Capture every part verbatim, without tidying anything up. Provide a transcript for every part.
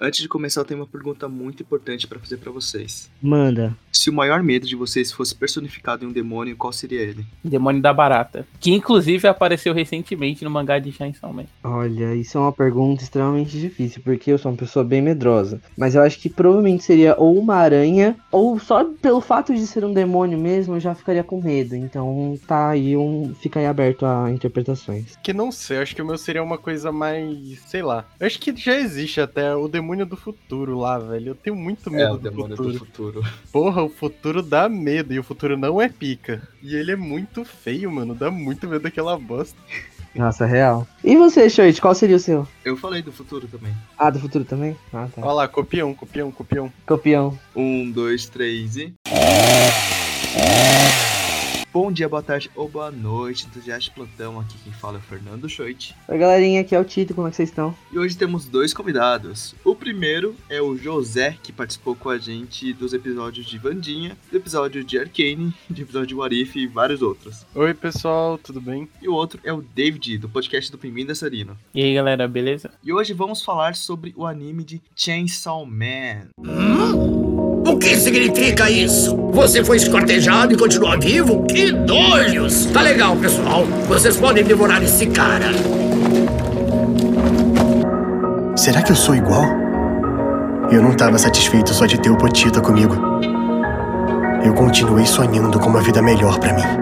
Antes de começar, eu tenho uma pergunta muito importante pra fazer pra vocês. Manda. Se o maior medo de vocês fosse personificado em um demônio, qual seria ele? Demônio da Barata. Que inclusive apareceu recentemente no mangá de Chainsaw Man. Olha, isso é uma pergunta extremamente difícil, porque eu sou uma pessoa bem medrosa. Mas eu acho que provavelmente seria ou uma aranha, ou só pelo fato de ser um demônio mesmo, eu já ficaria com medo. Então tá aí um. Fica aí aberto a interpretações. Que não sei, eu acho que o meu seria uma coisa mais, sei lá. Eu acho que já existe até o demônio do futuro lá, velho. Eu tenho muito medo É, o do demônio futuro. do futuro. Porra, o futuro dá medo e o futuro não é pica. E ele é muito feio, mano. Dá muito medo daquela bosta. Nossa, real. E você, Shoit, qual seria o seu? Eu falei do futuro também. Ah, do futuro também? Ah, tá. Olha lá, copião, copião, copião. Copião. Um, dois, três e... Bom dia, boa tarde ou boa noite, entusiasta de plantão. Aqui quem fala é o Fernando Schoit. Oi, galerinha, aqui é o Tito, como é que vocês estão? E hoje temos dois convidados. O primeiro é o José, que participou com a gente dos episódios de Vandinha, do episódio de Arcane, do episódio de What If e vários outros. Oi, pessoal, tudo bem? E o outro é o David, do podcast do Pinguim Dançarino. E aí, galera, beleza? E hoje vamos falar sobre o anime de Chainsaw Man. Hum? O que significa isso? Você foi esquartejado e continua vivo? Que dojos! Tá legal, pessoal. Vocês podem devorar esse cara. Será que eu sou igual? Eu não tava satisfeito só de ter o Potita comigo. Eu continuei sonhando com uma vida melhor pra mim.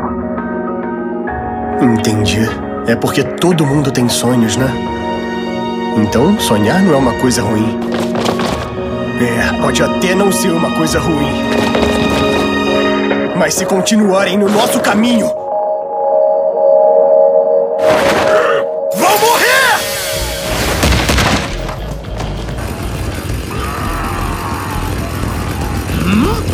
Entendi. É porque todo mundo tem sonhos, né? Então, sonhar não é uma coisa ruim. É, pode até não ser uma coisa ruim. Mas se continuarem no nosso caminho, vão morrer! Hum?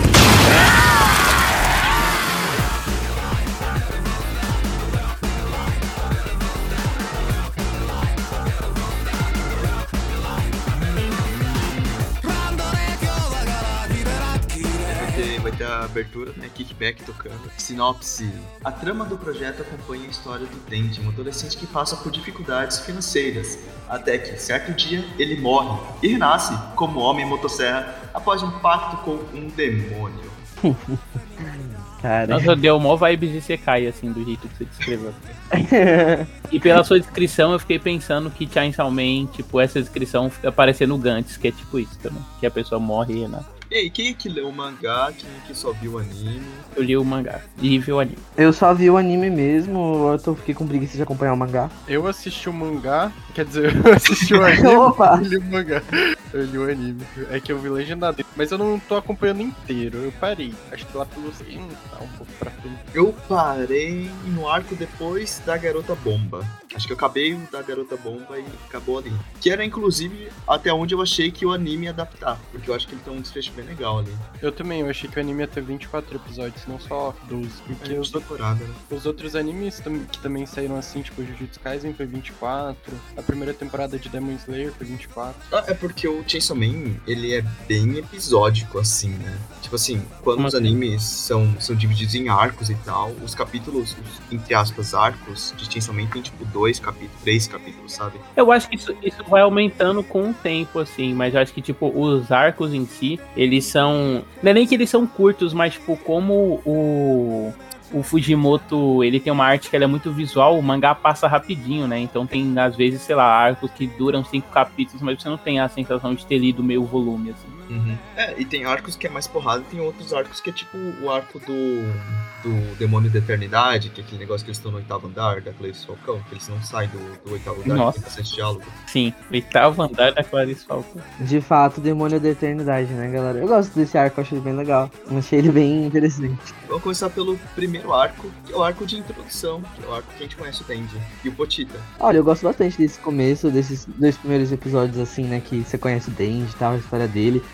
A abertura, né, kickback tocando. Sinopse. A trama do projeto acompanha a história do Denji, um adolescente que passa por dificuldades financeiras, até que, certo dia, ele morre e renasce como homem motosserra após um pacto com um demônio. Cara. Nossa, deu mó vibes de Sekai, assim, do jeito que você descreveu. E pela sua descrição, eu fiquei pensando que Chainsaw Man, tipo, essa descrição fica parecendo o Gantz, que é tipo isso também, que a pessoa morre e renasce. E aí, quem é que leu o mangá? Quem é que só viu o anime? Eu li o mangá e vi o anime. Eu só vi o anime mesmo, eu tô, fiquei com preguiça de acompanhar o mangá. Eu assisti o mangá, quer dizer, eu assisti o anime Opa! e li o mangá. Eu li o anime, é que eu vi legendado. Mas eu não tô acompanhando inteiro, eu parei. Acho que lá pelo cem, tá um pouco pra frente. Eu parei no arco depois da Garota Bomba. Acho que eu acabei o da Garota Bomba e acabou ali. Que era, inclusive, até onde eu achei que o anime ia adaptar. Porque eu acho que ele tem um desfecho bem legal ali. Eu também, eu achei que o anime ia ter vinte e quatro episódios, não só doze. Porque É, os, temporada, né? os outros animes tam- que também saíram assim, tipo Jujutsu Kaisen foi vinte e quatro. A primeira temporada de Demon Slayer foi vinte e quatro. Ah, é porque o Chainsaw Man, ele é bem episódico, assim, né? Tipo assim, quando Como os assim? animes são, são divididos em arcos e tal, os capítulos, os, entre aspas, arcos de Chainsaw Man tem, tipo, dois capítulos, três capítulos, sabe? Eu acho que isso, isso vai aumentando com o tempo, assim, mas eu acho que, tipo, os arcos em si, eles são... Não é nem que eles são curtos, mas, tipo, como o... O Fujimoto, ele tem uma arte que ela é muito visual, o mangá passa rapidinho, né? Então tem, às vezes, sei lá, arcos que duram cinco capítulos, mas você não tem a sensação de ter lido meio volume, assim. Uhum. É, e tem arcos que é mais porrada e tem outros arcos que é tipo o arco do, do Demônio da Eternidade, que é aquele negócio que eles estão no oitavo andar da Clarice Falcão, que eles não saem do, do oitavo andar, Nossa. tem bastante diálogo. Sim, oitavo andar da Clarice Falcão. De fato, Demônio da Eternidade, né, galera? Eu gosto desse arco, eu acho ele bem legal. Eu achei ele bem interessante. Vamos começar pelo primeiro arco, que é o arco de introdução, que é o arco que a gente conhece o Denji e o Potita. Olha, eu gosto bastante desse começo, desses dois primeiros episódios, assim, né, que você conhece o Denji e tal, a história dele.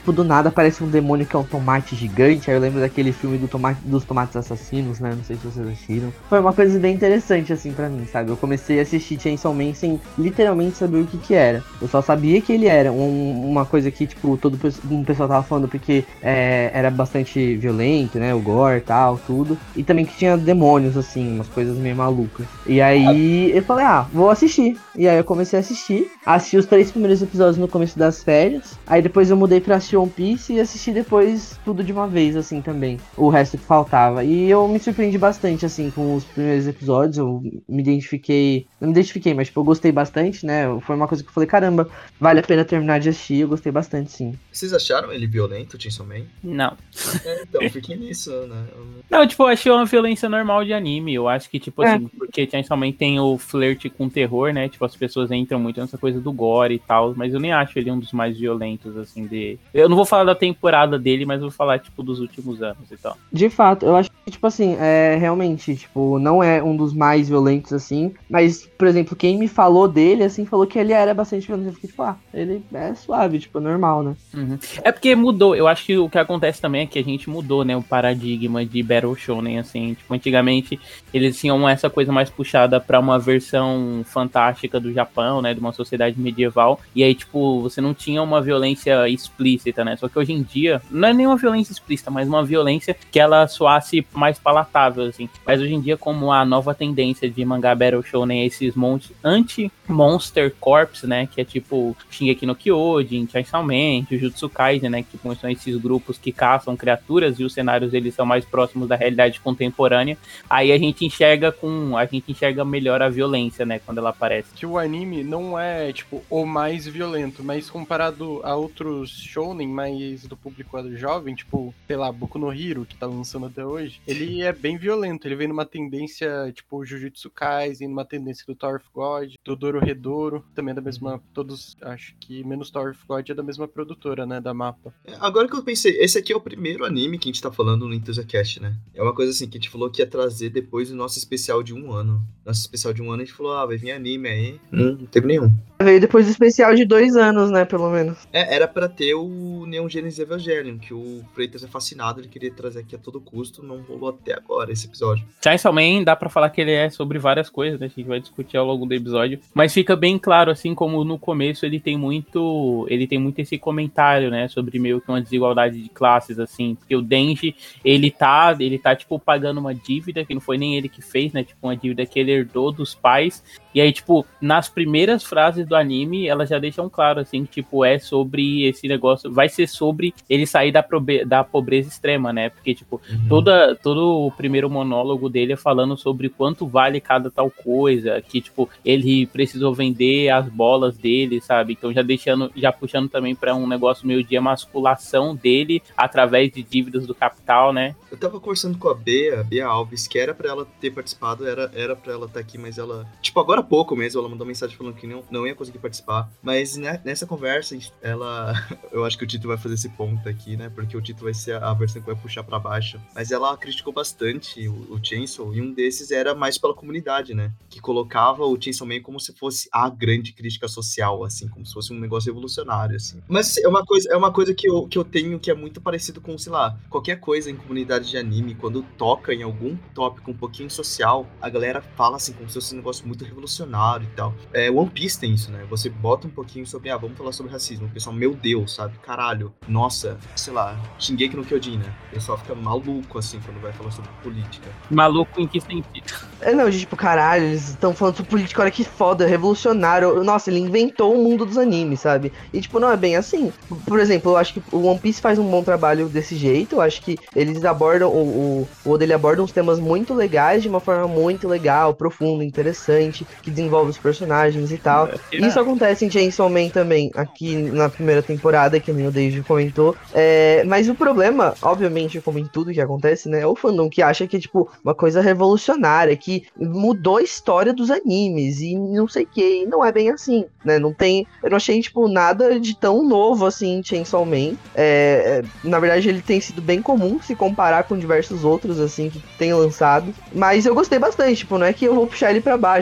tipo, do nada aparece um demônio que é um tomate gigante. Aí eu lembro daquele filme do tomate, dos tomates assassinos, né? Não sei se vocês assistiram. Foi uma coisa bem interessante, assim, pra mim, sabe? Eu comecei a assistir Chainsaw Man sem literalmente saber o que que era. Eu só sabia que ele era um, uma coisa que, tipo, todo um pessoal tava falando porque é, era bastante violento, né? O gore e tal, tudo. E também que tinha demônios, assim, umas coisas meio malucas. E aí eu falei, ah, vou assistir. E aí eu comecei a assistir. Assisti os três primeiros episódios no começo das férias. Aí depois eu mudei pra assistir One Piece e assisti depois tudo de uma vez, assim, também. O resto que faltava. E eu me surpreendi bastante, assim, com os primeiros episódios. Eu me identifiquei... Não me identifiquei, mas, tipo, eu gostei bastante, né? Foi uma coisa que eu falei, caramba, vale a pena terminar de assistir. Eu gostei bastante, sim. Vocês acharam ele violento, Chainsaw Man? Não. É, então, fiquei nisso, né? Eu... Não, tipo, eu achei uma violência normal de anime. Eu acho que, tipo, É. assim, porque Chainsaw Man tem o flerte com terror, né? Tipo, as pessoas entram muito nessa coisa do gore e tal, mas eu nem acho ele um dos mais violentos, assim, de... Eu não vou falar da temporada dele, mas vou falar, tipo, dos últimos anos e tal. De fato, eu acho que, tipo assim, é realmente, tipo, não é um dos mais violentos, assim, mas, por exemplo, quem me falou dele, assim, falou que ele era bastante violento. Eu fiquei, tipo, ah, ele é suave, tipo, normal, né? Uhum. É porque mudou, eu acho que o que acontece também é que a gente mudou, né, o paradigma de Battle Shonen, assim, tipo, antigamente eles tinham essa coisa mais puxada pra uma versão fantástica do Japão, né, de uma sociedade medieval, e aí, tipo, você não tinha uma violência explícita, né, só que hoje em dia, não é nem uma violência explícita, mas uma violência que ela soasse mais palatável, assim, mas hoje em dia, como a nova tendência de mangá Battle Shonen é esses monstros anti-Monster Corps, né, que é tipo Shingeki no Kyojin, Chainsaw Man, Jujutsu Kaisen, né, que tipo, são esses grupos que caçam criaturas e os cenários eles são mais próximos da realidade contemporânea, aí a gente enxerga com, a gente enxerga melhor a violência, né, quando ela aparece. Que o anime não é, tipo, o mais violento, mas comparado a outros shounen mais do público jovem, tipo, sei lá, Boku no Hero, que tá lançando até hoje, ele é bem violento, ele vem numa tendência, tipo, Jujutsu Kaisen, numa tendência do Tower of God, do Dorohedoro, também é da mesma, todos, acho que menos Tower of God é da mesma produtora, né, da Mappa. Agora que eu pensei, esse aqui é o primeiro anime que a gente tá falando no EnthusiaCast, né? É uma coisa assim que a gente falou que ia trazer depois do nosso especial de um ano. Nosso especial de um ano a gente falou, ah, vai vir anime aí. Hum, não teve nenhum. Veio depois do especial de dois anos, né, pelo menos. É, era pra ter o Neon Genesis Evangelion, que o Freitas é fascinado, ele queria trazer aqui a todo custo, não rolou até agora esse episódio. Chainsaw Man dá pra falar que ele é sobre várias coisas, né, a gente vai discutir ao longo do episódio, mas fica bem claro, assim, como no começo ele tem muito, ele tem muito esse comentário, né, sobre meio que uma desigualdade de classes, assim, porque o Denji, ele tá, ele tá, tipo, pagando uma dívida, que não foi nem ele que fez, né, tipo, uma dívida que ele herdou dos pais, e aí, tipo, nas primeiras frases do anime, elas já deixam claro, assim, que, tipo, é sobre esse negócio, vai ser sobre ele sair da, probe- da pobreza extrema, né, porque, tipo, uhum. toda, todo o primeiro monólogo dele é falando sobre quanto vale cada tal coisa, que, tipo, ele precisou vender as bolas dele, sabe, então já deixando, já puxando também pra um negócio meio de emasculação dele através de dívidas do capital, né. Eu tava conversando com a Bea, a Bea Alves, que era pra ela ter participado, era, era pra ela estar aqui, mas ela, tipo, agora há pouco mesmo, ela mandou mensagem falando que não, não ia conseguir participar, mas né, nessa conversa, ela, eu acho que o Tito vai fazer esse ponto aqui, né, porque o Tito vai ser a versão que vai puxar pra baixo, mas ela criticou bastante o, o Chainsaw, e um desses era mais pela comunidade, né, que colocava o Chainsaw Man como se fosse a grande crítica social, assim, como se fosse um negócio revolucionário, assim. Mas é uma coisa, é uma coisa que, eu, que eu tenho que é muito parecido com, sei lá, qualquer coisa em comunidade de anime, quando toca em algum tópico um pouquinho social, a galera fala, assim, como se fosse um negócio muito revolucionário e tal. É, One Piece tem isso, né, você bota um pouquinho sobre, ah, vamos falar sobre racismo, o pessoal, meu Deus, sabe, caralho, nossa, sei lá, Shingeki no Kyojin, né, o pessoal fica maluco, assim, quando vai falar sobre política. Maluco em que sentido? É, não, tipo, caralho, eles estão falando sobre política, olha que foda, revolucionário, nossa, ele inventou o mundo dos animes, sabe, e tipo, não é bem assim. Por exemplo, eu acho que o One Piece faz um bom trabalho desse jeito, eu acho que eles abordam, o, o, o Oda, ele aborda uns temas muito legais, de uma forma muito legal, profunda, interessante, que desenvolve os personagens e tal. Isso acontece em Chainsaw Man também, aqui na primeira temporada, que nem o Dave comentou. É, mas o problema, obviamente, como em tudo que acontece, né, é o fandom que acha que é, tipo, uma coisa revolucionária, que mudou a história dos animes, e não sei o que, e não é bem assim, né, não tem, eu não achei, tipo, nada de tão novo, assim, em Chainsaw Man. É, na verdade, ele tem sido bem comum se comparar com diversos outros, assim, que tem lançado, mas eu gostei bastante, tipo, não é que eu vou puxar ele pra baixo, só que eu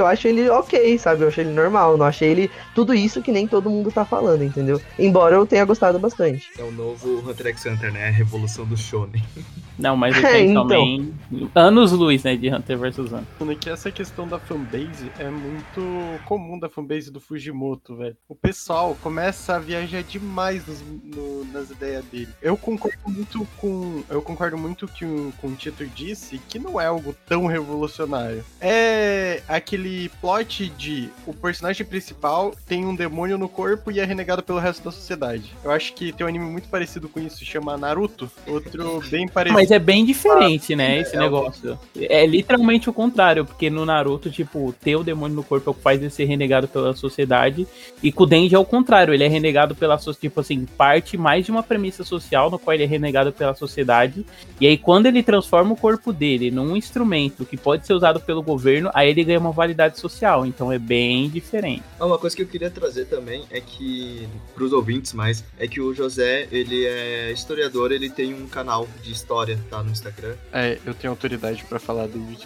acho ele ok, sabe? Eu acho ele normal, não achei ele tudo isso que nem todo mundo tá falando, entendeu? Embora eu tenha gostado bastante. É o novo Hunter x Hunter, né? A revolução do shonen. Não, mas o É, Chainsaw então. Man, anos-luz, né, de Hunter versus Hunter. Mano, que essa questão da fanbase é muito comum da fanbase do Fujimoto, velho. O pessoal começa a viajar demais nos- no- nas ideias dele. Eu concordo muito com. Eu concordo muito que o- com o Tito disse que não é algo tão revolucionário. É aquele plot de o personagem principal tem um demônio no corpo e é renegado pelo resto da sociedade. Eu acho que tem um anime muito parecido com isso, chama Naruto. Outro bem parecido. Mas é bem diferente, né, é, esse é negócio. É literalmente o contrário, porque no Naruto, tipo, ter o demônio no corpo é o que faz ele ser renegado pela sociedade, e com o Denji é o contrário, ele é renegado pela sociedade, tipo assim, parte mais de uma premissa social no qual ele é renegado pela sociedade, e aí quando ele transforma o corpo dele num instrumento que pode ser usado pelo governo, aí ele ganha uma validade social, então é bem diferente. Ah, uma coisa que eu queria trazer também é que, pros ouvintes mais, é que o José, ele é historiador, ele tem um canal de história, tá, no Instagram. É, eu tenho autoridade pra falar do vídeo.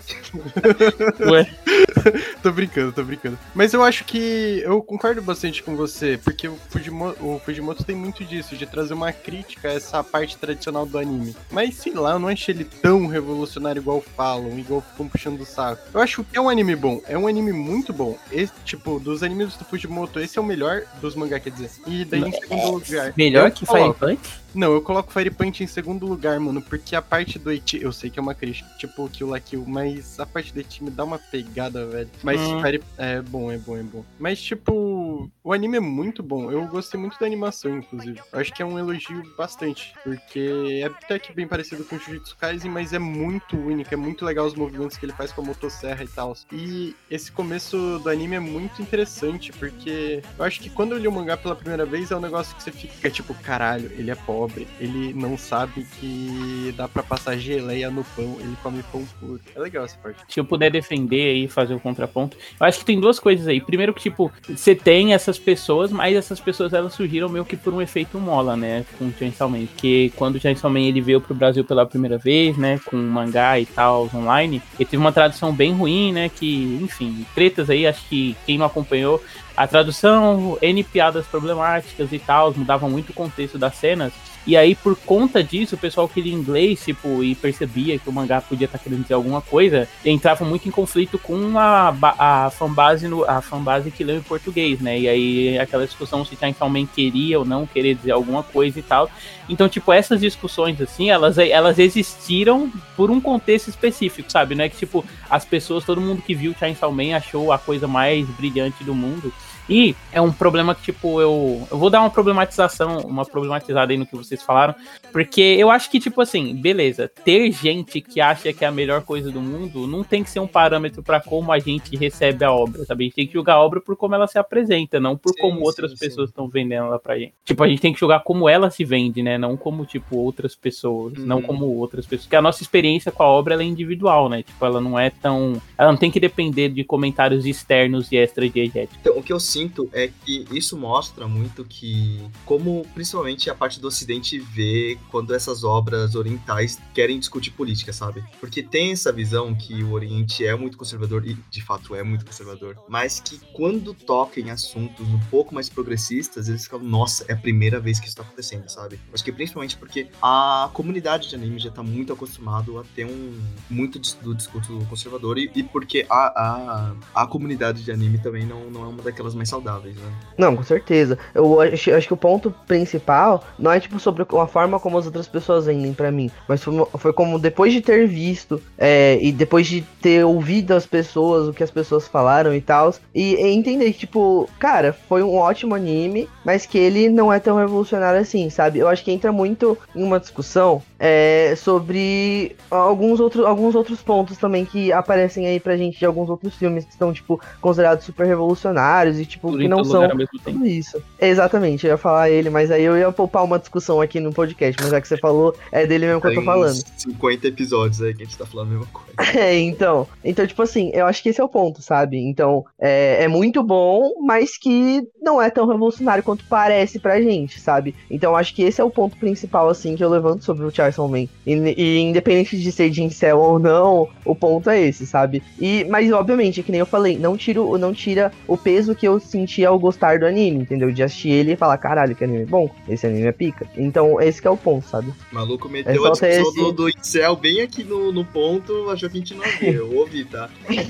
Ué, Tô brincando, tô brincando. Mas eu acho que eu concordo bastante com você, porque o Fujimoto, o Fujimoto tem muito disso, de trazer uma crítica a essa parte tradicional do anime. Mas sei lá, eu não achei ele tão revolucionário igual falam, igual ficam puxando o saco. Eu acho que é um anime bom, é um anime muito bom. Esse, tipo, dos animes do Fujimoto, esse é o melhor dos mangá, quer dizer. E daí em segundo lugar. melhor eu que Fire coloco- Punch? Não, eu coloco Fire Punch em segundo lugar, mano, porque a parte do Eti, eu sei que é uma crítica, tipo Kill la Kill, mas a parte do Eti me dá uma pegada, velho. Mas Hum. Fire... é bom, é bom, é bom. Mas, tipo, o anime é muito bom, eu gostei muito da animação, inclusive. Eu acho que é um elogio bastante, porque é até que bem parecido com o Jujutsu Kaisen, mas é muito único, é muito legal os movimentos que ele faz com a motosserra e tal. E esse começo do anime é muito interessante, porque eu acho que quando eu li o mangá pela primeira vez, é um negócio que você fica tipo, caralho, ele é pobre. Ele não sabe que dá pra passar geleia no pão, ele come pão puro. É legal essa parte. Se eu puder defender e fazer o contraponto, eu acho que tem duas coisas aí. Primeiro que, tipo, você tem essas pessoas, mas essas pessoas, elas surgiram meio que por um efeito mola, né, com o Chainsaw Man. Porque quando o Chainsaw Man, ele veio pro Brasil pela primeira vez, né, com mangá e tal, online, ele teve uma tradução bem ruim, né, que, enfim, tretas aí, acho que quem não acompanhou, a tradução, N piadas problemáticas e tal, mudava muito o contexto das cenas. E aí, por conta disso, o pessoal que lia inglês, tipo, e percebia que o mangá podia estar querendo dizer alguma coisa, entrava muito em conflito com a, ba- a, fanbase, no, a fanbase que leu em português, né? E aí, aquela discussão se Chainsaw Man queria ou não querer dizer alguma coisa e tal. Então, tipo, essas discussões, assim, elas, elas existiram por um contexto específico, sabe? Não é que, tipo, as pessoas, todo mundo que viu Chainsaw Man achou a coisa mais brilhante do mundo. E é um problema que, tipo, eu, eu vou dar uma problematização, uma problematizada aí no que vocês falaram, porque eu acho que, tipo assim, beleza, ter gente que acha que é a melhor coisa do mundo não tem que ser um parâmetro pra como a gente recebe a obra, sabe? A gente tem que julgar a obra por como ela se apresenta, não por Sim, como sim, outras sim. pessoas estão vendendo ela pra gente. Tipo, a gente tem que julgar como ela se vende, né? Não como, tipo, outras pessoas, Uhum. não como outras pessoas. Porque a nossa experiência com a obra, ela é individual, né? Tipo, ela não é tão... Ela não tem que depender de comentários externos e extra-diegéticos. Então, o que eu sinto é que isso mostra muito que, como principalmente a parte do Ocidente vê quando essas obras orientais querem discutir política, sabe? Porque tem essa visão que o Oriente é muito conservador, e de fato é muito conservador, mas que quando toca em assuntos um pouco mais progressistas, eles ficam, nossa, é a primeira vez que isso tá acontecendo, sabe? Acho que principalmente porque a comunidade de anime já tá muito acostumado a ter um muito dis- do discurso conservador e, e porque a, a, a comunidade de anime também não, não é uma daquelas mais saudáveis, né? Não, com certeza. Eu acho, acho que o ponto principal não é, tipo, sobre a forma como as outras pessoas vendem pra mim, mas foi, foi como depois de ter visto é, e depois de ter ouvido as pessoas, o que as pessoas falaram e tal, e, e entender que, tipo, cara, foi um ótimo anime, mas que ele não é tão revolucionário assim, sabe? Eu acho que entra muito em uma discussão é, sobre alguns, outro, alguns outros pontos também que aparecem aí pra gente de alguns outros filmes que estão, tipo, considerados super revolucionários e, tipo, Tudo que em não todo são lugar ao mesmo tempo. tudo isso. Exatamente, eu ia falar ele, mas aí eu ia poupar uma discussão aqui no podcast, mas já que você falou, é dele mesmo que eu tô Tem falando. uns cinquenta episódios aí que a gente tá falando a mesma coisa. É, então, então, tipo assim, eu acho que esse é o ponto, sabe? Então, é, é muito bom, mas que não é tão revolucionário quanto parece pra gente, sabe? Então, eu acho que esse é o ponto principal, assim, que eu levanto sobre o Chainsaw Chainsaw Man. E, e independente de ser de incel ou não, o ponto é esse, sabe? E, mas, obviamente, que nem eu falei, não, tiro, não tira o peso que eu senti ao gostar do anime, entendeu? De assistir ele e falar, caralho, que anime bom, esse anime é pica. Então, esse que é o ponto, sabe? O maluco É meteu só a discussão ter do, esse- do incel bem aqui no, no ponto, achou que a gente não via. Eu ouvi, tá?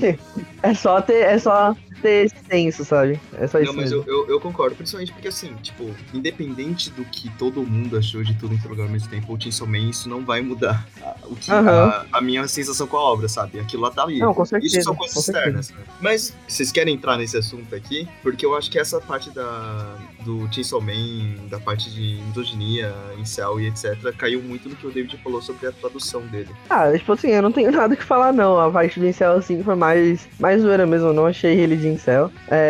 É só ter, é só ter esse senso, sabe? É só isso Não, mas mesmo. eu, eu, eu concordo, principalmente porque assim, tipo, independente do que todo mundo achou de tudo em todo lugar ao mesmo tempo, o Chainsaw Man, isso não vai mudar a, o que, Aham. a, a minha sensação com a obra, sabe? Aquilo lá tá ali. Não, com certeza, Isso são coisas com certeza. externas, né? Mas vocês querem entrar nesse assunto aqui? Porque eu acho que essa parte da, do Chainsaw Man, da parte de misoginia, incel e etcétera, caiu muito no que o David falou sobre a tradução dele. Ah, tipo assim, eu não tenho nada que falar, não. A parte do incel, assim, foi mais, mais zoeira mesmo. Eu não achei ele de incel.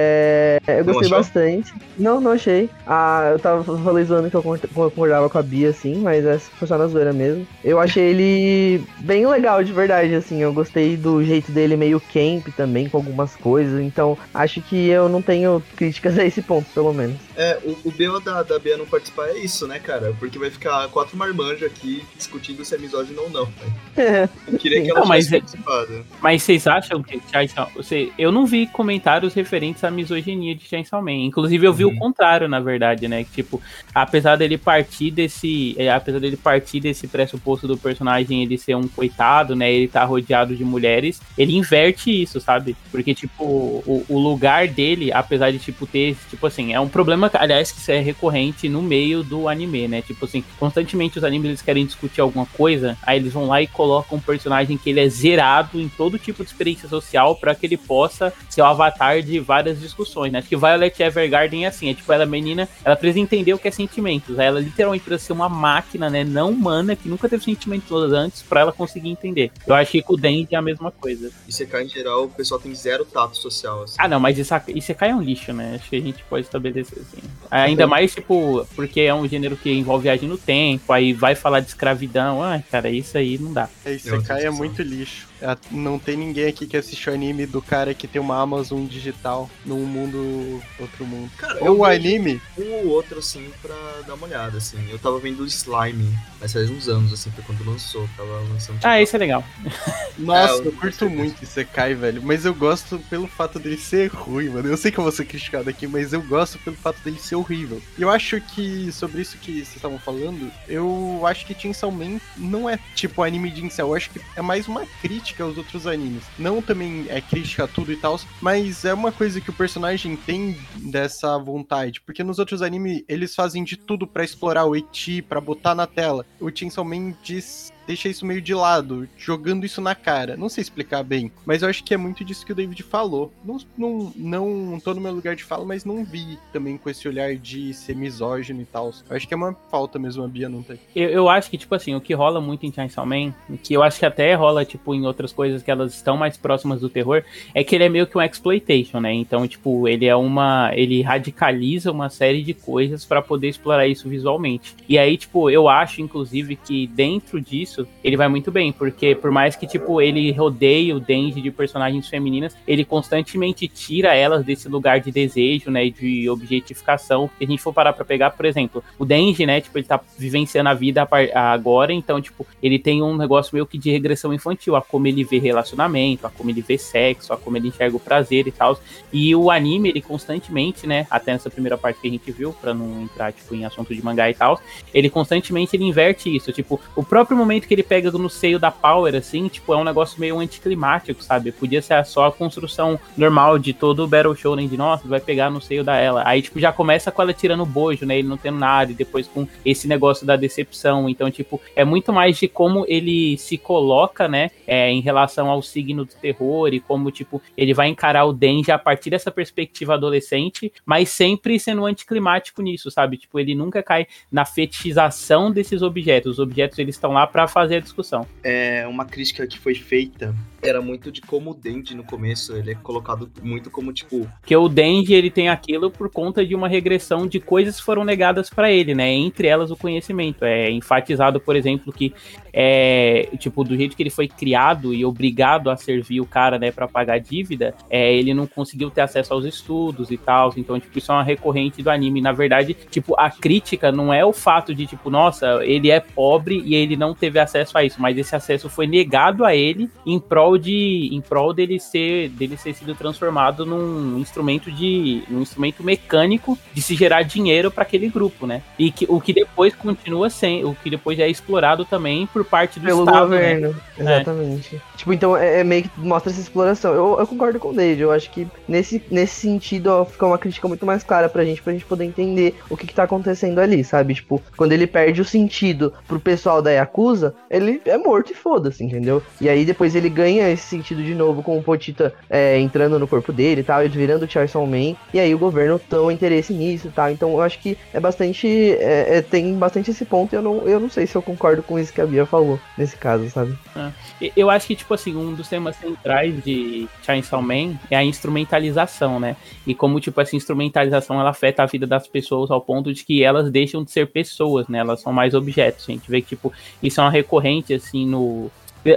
É, eu Não gostei achou? bastante. Não, não achei. Ah, eu tava falei zoando que eu con- concordava com a Bia, assim, mas essa foi só na zoeira mesmo. Eu achei ele bem legal, de verdade, assim. Eu gostei do jeito dele meio camp também, com algumas coisas. Então, acho que eu não tenho críticas a esse ponto, pelo menos. É, o, o B O da, da Bia não participar é isso, né, cara? Porque vai ficar quatro marmanjos aqui discutindo se é misógino ou não. Né? Eu queria que ela Não, mas tivesse é- participado. Mas vocês acham que Chainsaw... Você... Eu não vi comentários referentes à misoginia de Chainsaw Man. Inclusive, eu vi Uhum. o contrário, na verdade, né? Que, tipo, apesar dele partir desse... é, apesar dele partir desse pressuposto do personagem ele ser um coitado, né? Ele tá rodeado de mulheres, ele inverte isso, sabe? Porque, tipo, o, o lugar dele, apesar de, tipo, ter... Tipo assim, é um problema, aliás, que isso é recorrente no meio do anime, né? Tipo assim, constantemente os animes eles querem discutir alguma coisa, aí eles vão lá e colocam um personagem que ele é zerado em todo tipo de experiência social pra que ele possa ser o avatar de várias discussões, né? Acho que Violet Evergarden é assim, é tipo, ela é menina, ela precisa entender o que é sentimentos, aí ela literalmente precisa ser uma máquina, né, não humana, que nunca teve sentimentos antes pra ela conseguir entender. Eu acho que com o Denji é a mesma coisa. E C K, em geral, o pessoal tem zero tato social, assim. Ah, não, mas isso, isso cai é um lixo, né? Acho que a gente pode estabelecer assim. Ainda mais, tipo, porque é um gênero que envolve viagem no tempo, aí vai falar de escravidão. Ai, cara, isso aí não dá. É, isso Eu cai é tenho muito lixo. É, não tem ninguém aqui que assistiu o anime do cara que tem uma Amazon digital num mundo, outro mundo. Cara, eu Ou o vejo anime, um ou outro, assim, pra dar uma olhada, assim. Eu tava vendo o Slime, mas faz uns anos, assim, foi quando lançou. Tava lançando... Ah, isso é legal. nossa, É, eu eu- curto muito esse cai, velho. Mas eu gosto pelo fato dele ser ruim, mano. Eu sei que eu vou ser criticado aqui, mas eu gosto pelo fato dele ser horrível. E eu acho que, sobre isso que vocês estavam falando, eu acho que Chainsaw Man não é tipo anime de incel. Eu acho que é mais uma crítica aos outros animes. Não também é crítica a tudo e tal, mas é uma coisa que o personagem tem dessa vontade. Porque nos outros animes, eles fazem de tudo pra explorar o eti, pra botar na tela. O Chainsaw Man diz... deixa isso meio de lado, jogando isso na cara. Não sei explicar bem, mas eu acho que é muito disso que o David falou. Não, não, não tô no meu lugar de fala, mas não vi também com esse olhar de ser misógino e tal. Eu acho que é uma falta mesmo a Bia não ter. Eu, eu acho que, tipo assim, o que rola muito em Chainsaw Man, que eu acho que até rola, tipo, em outras coisas que elas estão mais próximas do terror, é que ele é meio que um exploitation, né? Então, tipo, ele é uma... ele radicaliza uma série de coisas pra poder explorar isso visualmente. E aí, tipo, eu acho, inclusive, que dentro disso, ele vai muito bem, porque por mais que, tipo, ele rodeie o Denji de personagens femininas, ele constantemente tira elas desse lugar de desejo, né, de objetificação. Se a gente for parar pra pegar, por exemplo, o Denji, né, tipo, ele tá vivenciando a vida agora, então, tipo, ele tem um negócio meio que de regressão infantil, a como ele vê relacionamento, a como ele vê sexo, a como ele enxerga o prazer e tal. E o anime, ele constantemente, né, até nessa primeira parte que a gente viu, pra não entrar, tipo, em assunto de mangá e tal, ele constantemente, ele inverte isso, tipo, o próprio momento que ele pega no seio da Power, assim, tipo, é um negócio meio anticlimático, sabe? Podia ser só a construção normal de todo o Battle Shonen de, nossa, vai pegar no seio da ela. Aí, tipo, já começa com ela tirando o bojo, né? Ele não tendo nada, e depois com esse negócio da decepção. Então, tipo, é muito mais de como ele se coloca, né? É, em relação ao signo do terror e como, tipo, ele vai encarar o Denji a partir dessa perspectiva adolescente, mas sempre sendo anticlimático nisso, sabe? Tipo, ele nunca cai na fetichização desses objetos. Os objetos, eles estão lá pra fazer a discussão. É, uma crítica que foi feita era muito de como o Denji no começo, ele é colocado muito como, tipo... Porque o Denji, ele tem aquilo por conta de uma regressão de coisas que foram negadas pra ele, né? Entre elas o conhecimento. É enfatizado, por exemplo, que é, tipo, do jeito que ele foi criado e obrigado a servir o cara, né, pra pagar dívida, é, ele não conseguiu ter acesso aos estudos e tal. Então, tipo, isso é uma recorrente do anime. Na verdade, tipo, a crítica não é o fato de, tipo, nossa, ele é pobre e ele não teve acesso a isso, mas esse acesso foi negado a ele em prol de em prol dele ser dele ser sido transformado num instrumento de num instrumento mecânico de se gerar dinheiro para aquele grupo, né? E que o que depois continua sem, o que depois é explorado também por parte do Pelo Estado, governo, né? exatamente. É. Tipo, então é, é meio que mostra essa exploração. Eu, eu concordo com o Dave, eu acho que nesse, nesse sentido ó, fica uma crítica muito mais clara pra gente, pra gente poder entender o que que tá acontecendo ali, sabe? Tipo, quando ele perde o sentido pro pessoal da Yakuza, ele é morto e foda-se, entendeu? E aí depois ele ganha esse sentido de novo com o Pochita é, entrando no corpo dele e tal, ele virando o Chainsaw Man, e aí o governo toma interesse nisso e tal. Então eu acho que é bastante, é, é, tem bastante esse ponto e eu não, eu não sei se eu concordo com isso que a Bia falou nesse caso, sabe? É. Eu acho que, tipo assim, um dos temas centrais de Chainsaw Man é a instrumentalização, né? E como, tipo, essa instrumentalização, ela afeta a vida das pessoas ao ponto de que elas deixam de ser pessoas, né? Elas são mais objetos. A gente vê que, tipo, isso é uma recorrente, assim, no...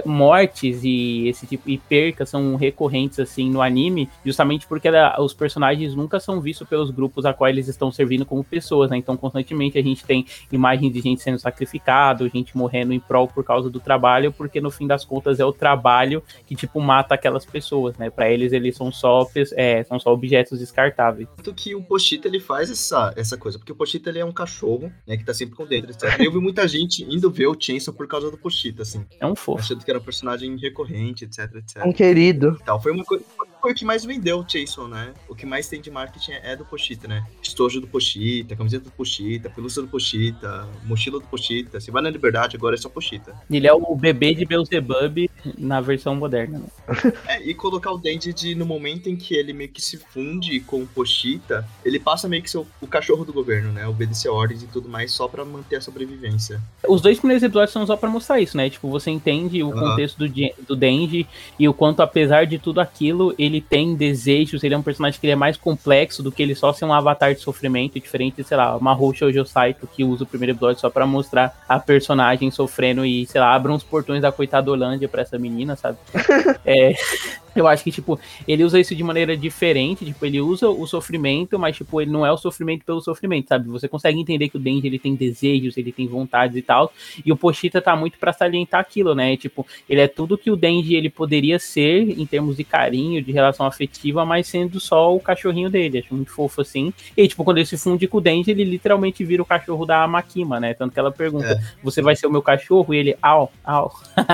mortes e esse tipo e percas são recorrentes assim no anime, justamente porque ela, os personagens nunca são vistos pelos grupos a qual eles estão servindo como pessoas, né? Então constantemente a gente tem imagens de gente sendo sacrificado, gente morrendo em prol por causa do trabalho, porque no fim das contas é o trabalho que tipo mata aquelas pessoas, né? Para eles eles são só é, são só objetos descartáveis. Tanto que o Pochita ele faz essa, essa coisa, porque o Pochita ele é um cachorro, né, que tá sempre com dentro, etcétera. Eu vi muita gente indo ver o Chainsaw por causa do Pochita, assim. É um fofo. Que era um personagem recorrente, etc, etcétera. Um querido. Então, foi uma coisa... Foi o que mais vendeu o Chainsaw, né? O que mais tem de marketing é do Pochita, né? Estojo do Pochita, camiseta do Pochita, pelúcia do Pochita, mochila do Pochita. Se vai na Liberdade, agora é só Pochita. Ele é o bebê de Beelzebub na versão moderna, né? É, e colocar o Denji de, no momento em que ele meio que se funde com o Pochita, ele passa meio que ser o, o cachorro do governo, né? Obedecer ordens e tudo mais só pra manter a sobrevivência. Os dois primeiros episódios são só pra mostrar isso, né? Tipo, você entende o uhum. contexto do, do Denji e o quanto, apesar de tudo aquilo, ele tem desejos, ele é um personagem que ele é mais complexo do que ele só ser um avatar de sofrimento, diferente, sei lá, Mahou Shoujo Saito, que usa o primeiro episódio só pra mostrar a personagem sofrendo e, sei lá, abra uns portões da coitada Holândia pra essa menina, sabe? É... Eu acho que, tipo, ele usa isso de maneira diferente, tipo, ele usa o sofrimento, mas, tipo, ele não é o sofrimento pelo sofrimento, sabe? Você consegue entender que o Denji, ele tem desejos, ele tem vontades e tal, e o Pochita tá muito pra salientar aquilo, né? Tipo, ele é tudo que o Denji, ele poderia ser em termos de carinho, de relação afetiva, mas sendo só o cachorrinho dele, acho muito fofo, assim. E, tipo, quando ele se funde com o Denji, ele literalmente vira o cachorro da Makima, né? Tanto que ela pergunta, é. Você vai ser o meu cachorro? E ele, au, au.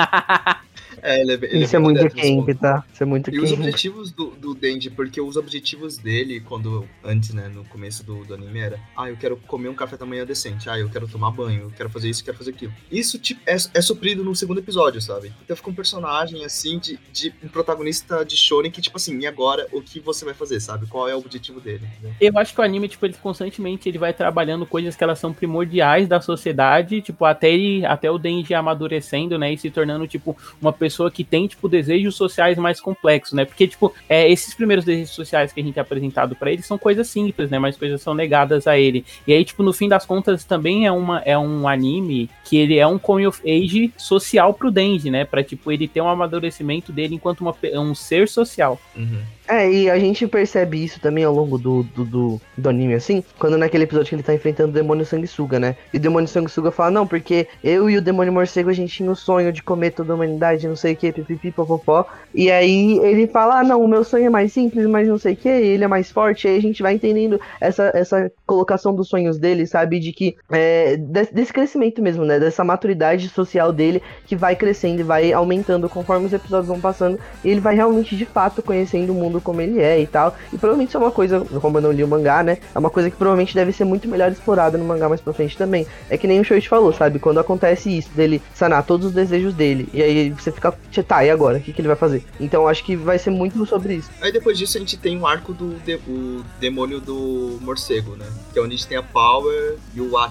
É, ele é, ele Isso é, é muito camp, tá? Isso é muito E camp. os objetivos do, do Denji, porque os objetivos dele, quando antes, né, no começo do, do anime era, ah, eu quero comer um café da manhã decente, ah, eu quero tomar banho, eu quero fazer isso, eu quero fazer aquilo. Isso tipo, é, é suprido no segundo episódio, sabe? Então fica um personagem, assim, de, de um protagonista de shonen que, tipo assim, e agora, o que você vai fazer, sabe? Qual é o objetivo dele? Né? Eu acho que o anime, tipo, ele constantemente ele vai trabalhando coisas que elas são primordiais da sociedade, tipo, até, ele, até o Denji amadurecendo, né, e se tornando, tipo, uma pessoa que tem, tipo, desejos sociais mais complexos, né? Porque, tipo, é, esses primeiros desejos sociais que a gente é apresentado pra ele são coisas simples, né? Mas coisas são negadas a ele. E aí, tipo, no fim das contas, também é, uma, é um anime que ele é um coming of age social pro Denji, né? Pra, tipo, ele ter um amadurecimento dele enquanto uma, um ser social. Uhum. É, e a gente percebe isso também ao longo do, do, do, do anime, assim, quando naquele episódio que ele tá enfrentando o demônio sanguessuga, né? E o demônio sanguessuga fala, não, porque eu e o demônio morcego, a gente tinha o sonho de comer toda a humanidade, não sei o que, pipipi, popopó. E aí ele fala, ah, não, o meu sonho é mais simples, mas não sei o que, ele é mais forte. E aí a gente vai entendendo essa, essa colocação dos sonhos dele, sabe? De que, é, desse, desse crescimento mesmo, né? Dessa maturidade social dele, que vai crescendo e vai aumentando conforme os episódios vão passando. E ele vai realmente, de fato, conhecendo o mundo como ele é e tal, e provavelmente isso é uma coisa, como eu não li o mangá, né, é uma coisa que provavelmente deve ser muito melhor explorada no mangá mais pra frente também. É que nem o Shoichi falou, sabe, quando acontece isso, dele sanar todos os desejos dele, e aí você fica, tá, e agora? O que, que ele vai fazer? Então acho que vai ser muito sobre isso. Aí depois disso a gente tem o arco do de, o demônio do morcego, né, que é onde a gente tem a Power e o Aki.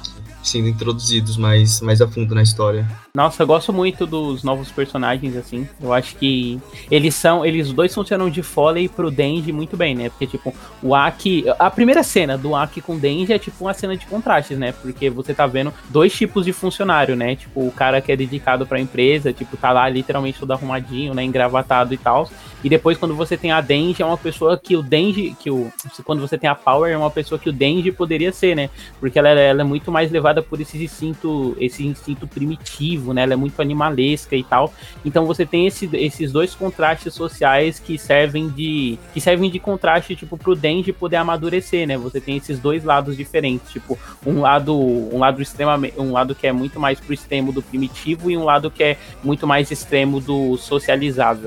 sendo introduzidos mais, mais a fundo na história. Nossa, eu gosto muito dos novos personagens, assim. Eu acho que eles são. Eles dois funcionam de Foley pro Denji muito bem, né? Porque, tipo, o Aki. A primeira cena do Aki com o Denji é tipo uma cena de contrastes, né? Porque você tá vendo dois tipos de funcionário, né? Tipo, o cara que é dedicado pra empresa, tipo, tá lá literalmente todo arrumadinho, né? Engravatado e tal. E depois, quando você tem a Denji, é uma pessoa que o Denji. Que o, quando você tem a Power, é uma pessoa que o Denji poderia ser, né? Porque ela, ela é muito mais levada por esse instinto, esse instinto primitivo. Né? Ela é muito animalesca e tal. Então você tem esse, esses dois contrastes sociais que servem de que servem de contraste, tipo, pro Denji poder amadurecer, né? Você tem esses dois lados diferentes, tipo, um lado um lado extremamente, um lado que é muito mais pro extremo do primitivo e um lado que é muito mais extremo do socializável.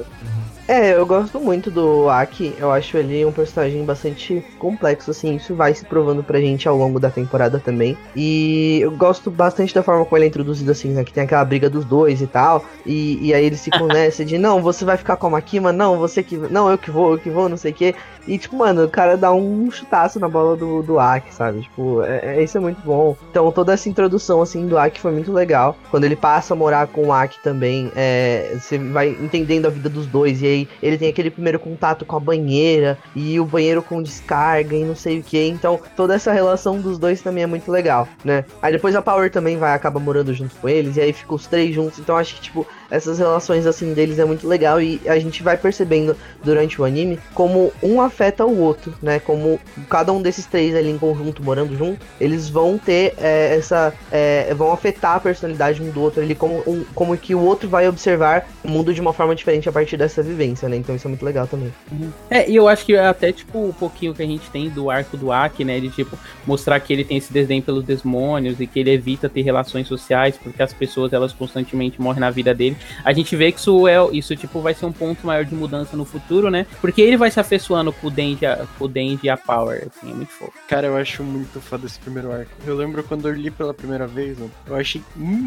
É, eu gosto muito do Aki, eu acho ele um personagem bastante complexo, assim, isso vai se provando pra gente ao longo da temporada também, e eu gosto bastante da forma como ele é introduzido, assim, né, que tem aquela briga dos dois e tal, e, e aí eles ficam nessa de, não, você vai ficar com a Makima, não, você que, não, eu que vou, eu que vou, não sei o quê, e tipo, mano, o cara dá um chutaço na bola do, do Aki, sabe, tipo, é, é, isso é muito bom, então toda essa introdução, assim, do Aki foi muito legal, quando ele passa a morar com o Aki também, é, você vai entendendo a vida dos dois, e aí ele tem aquele primeiro contato com a banheira e o banheiro com descarga e não sei o que, então toda essa relação dos dois também é muito legal, né? Aí depois a Power também vai acabar morando junto com eles e aí ficam os três juntos, então acho que tipo essas relações assim deles é muito legal e a gente vai percebendo durante o anime como um afeta o outro, né? Como cada um desses três ali em conjunto morando junto, eles vão ter é, essa é, vão afetar a personalidade um do outro ali, como, um, como que o outro vai observar o mundo de uma forma diferente a partir dessa vivência, né? Então isso é muito legal também. Uhum. É, e eu acho que até, tipo, o pouquinho que a gente tem do arco do Aki, né? De, tipo, mostrar que ele tem esse desdém pelos demônios e que ele evita ter relações sociais porque as pessoas, elas constantemente morrem na vida dele. A gente vê que isso, é, isso tipo, vai ser um ponto maior de mudança no futuro, né? Porque ele vai se afeiçoando com o Denji, com o Denji e a Power, assim, é muito fofo. Cara, eu acho muito foda esse primeiro arco. Eu lembro quando eu li pela primeira vez, mano, eu achei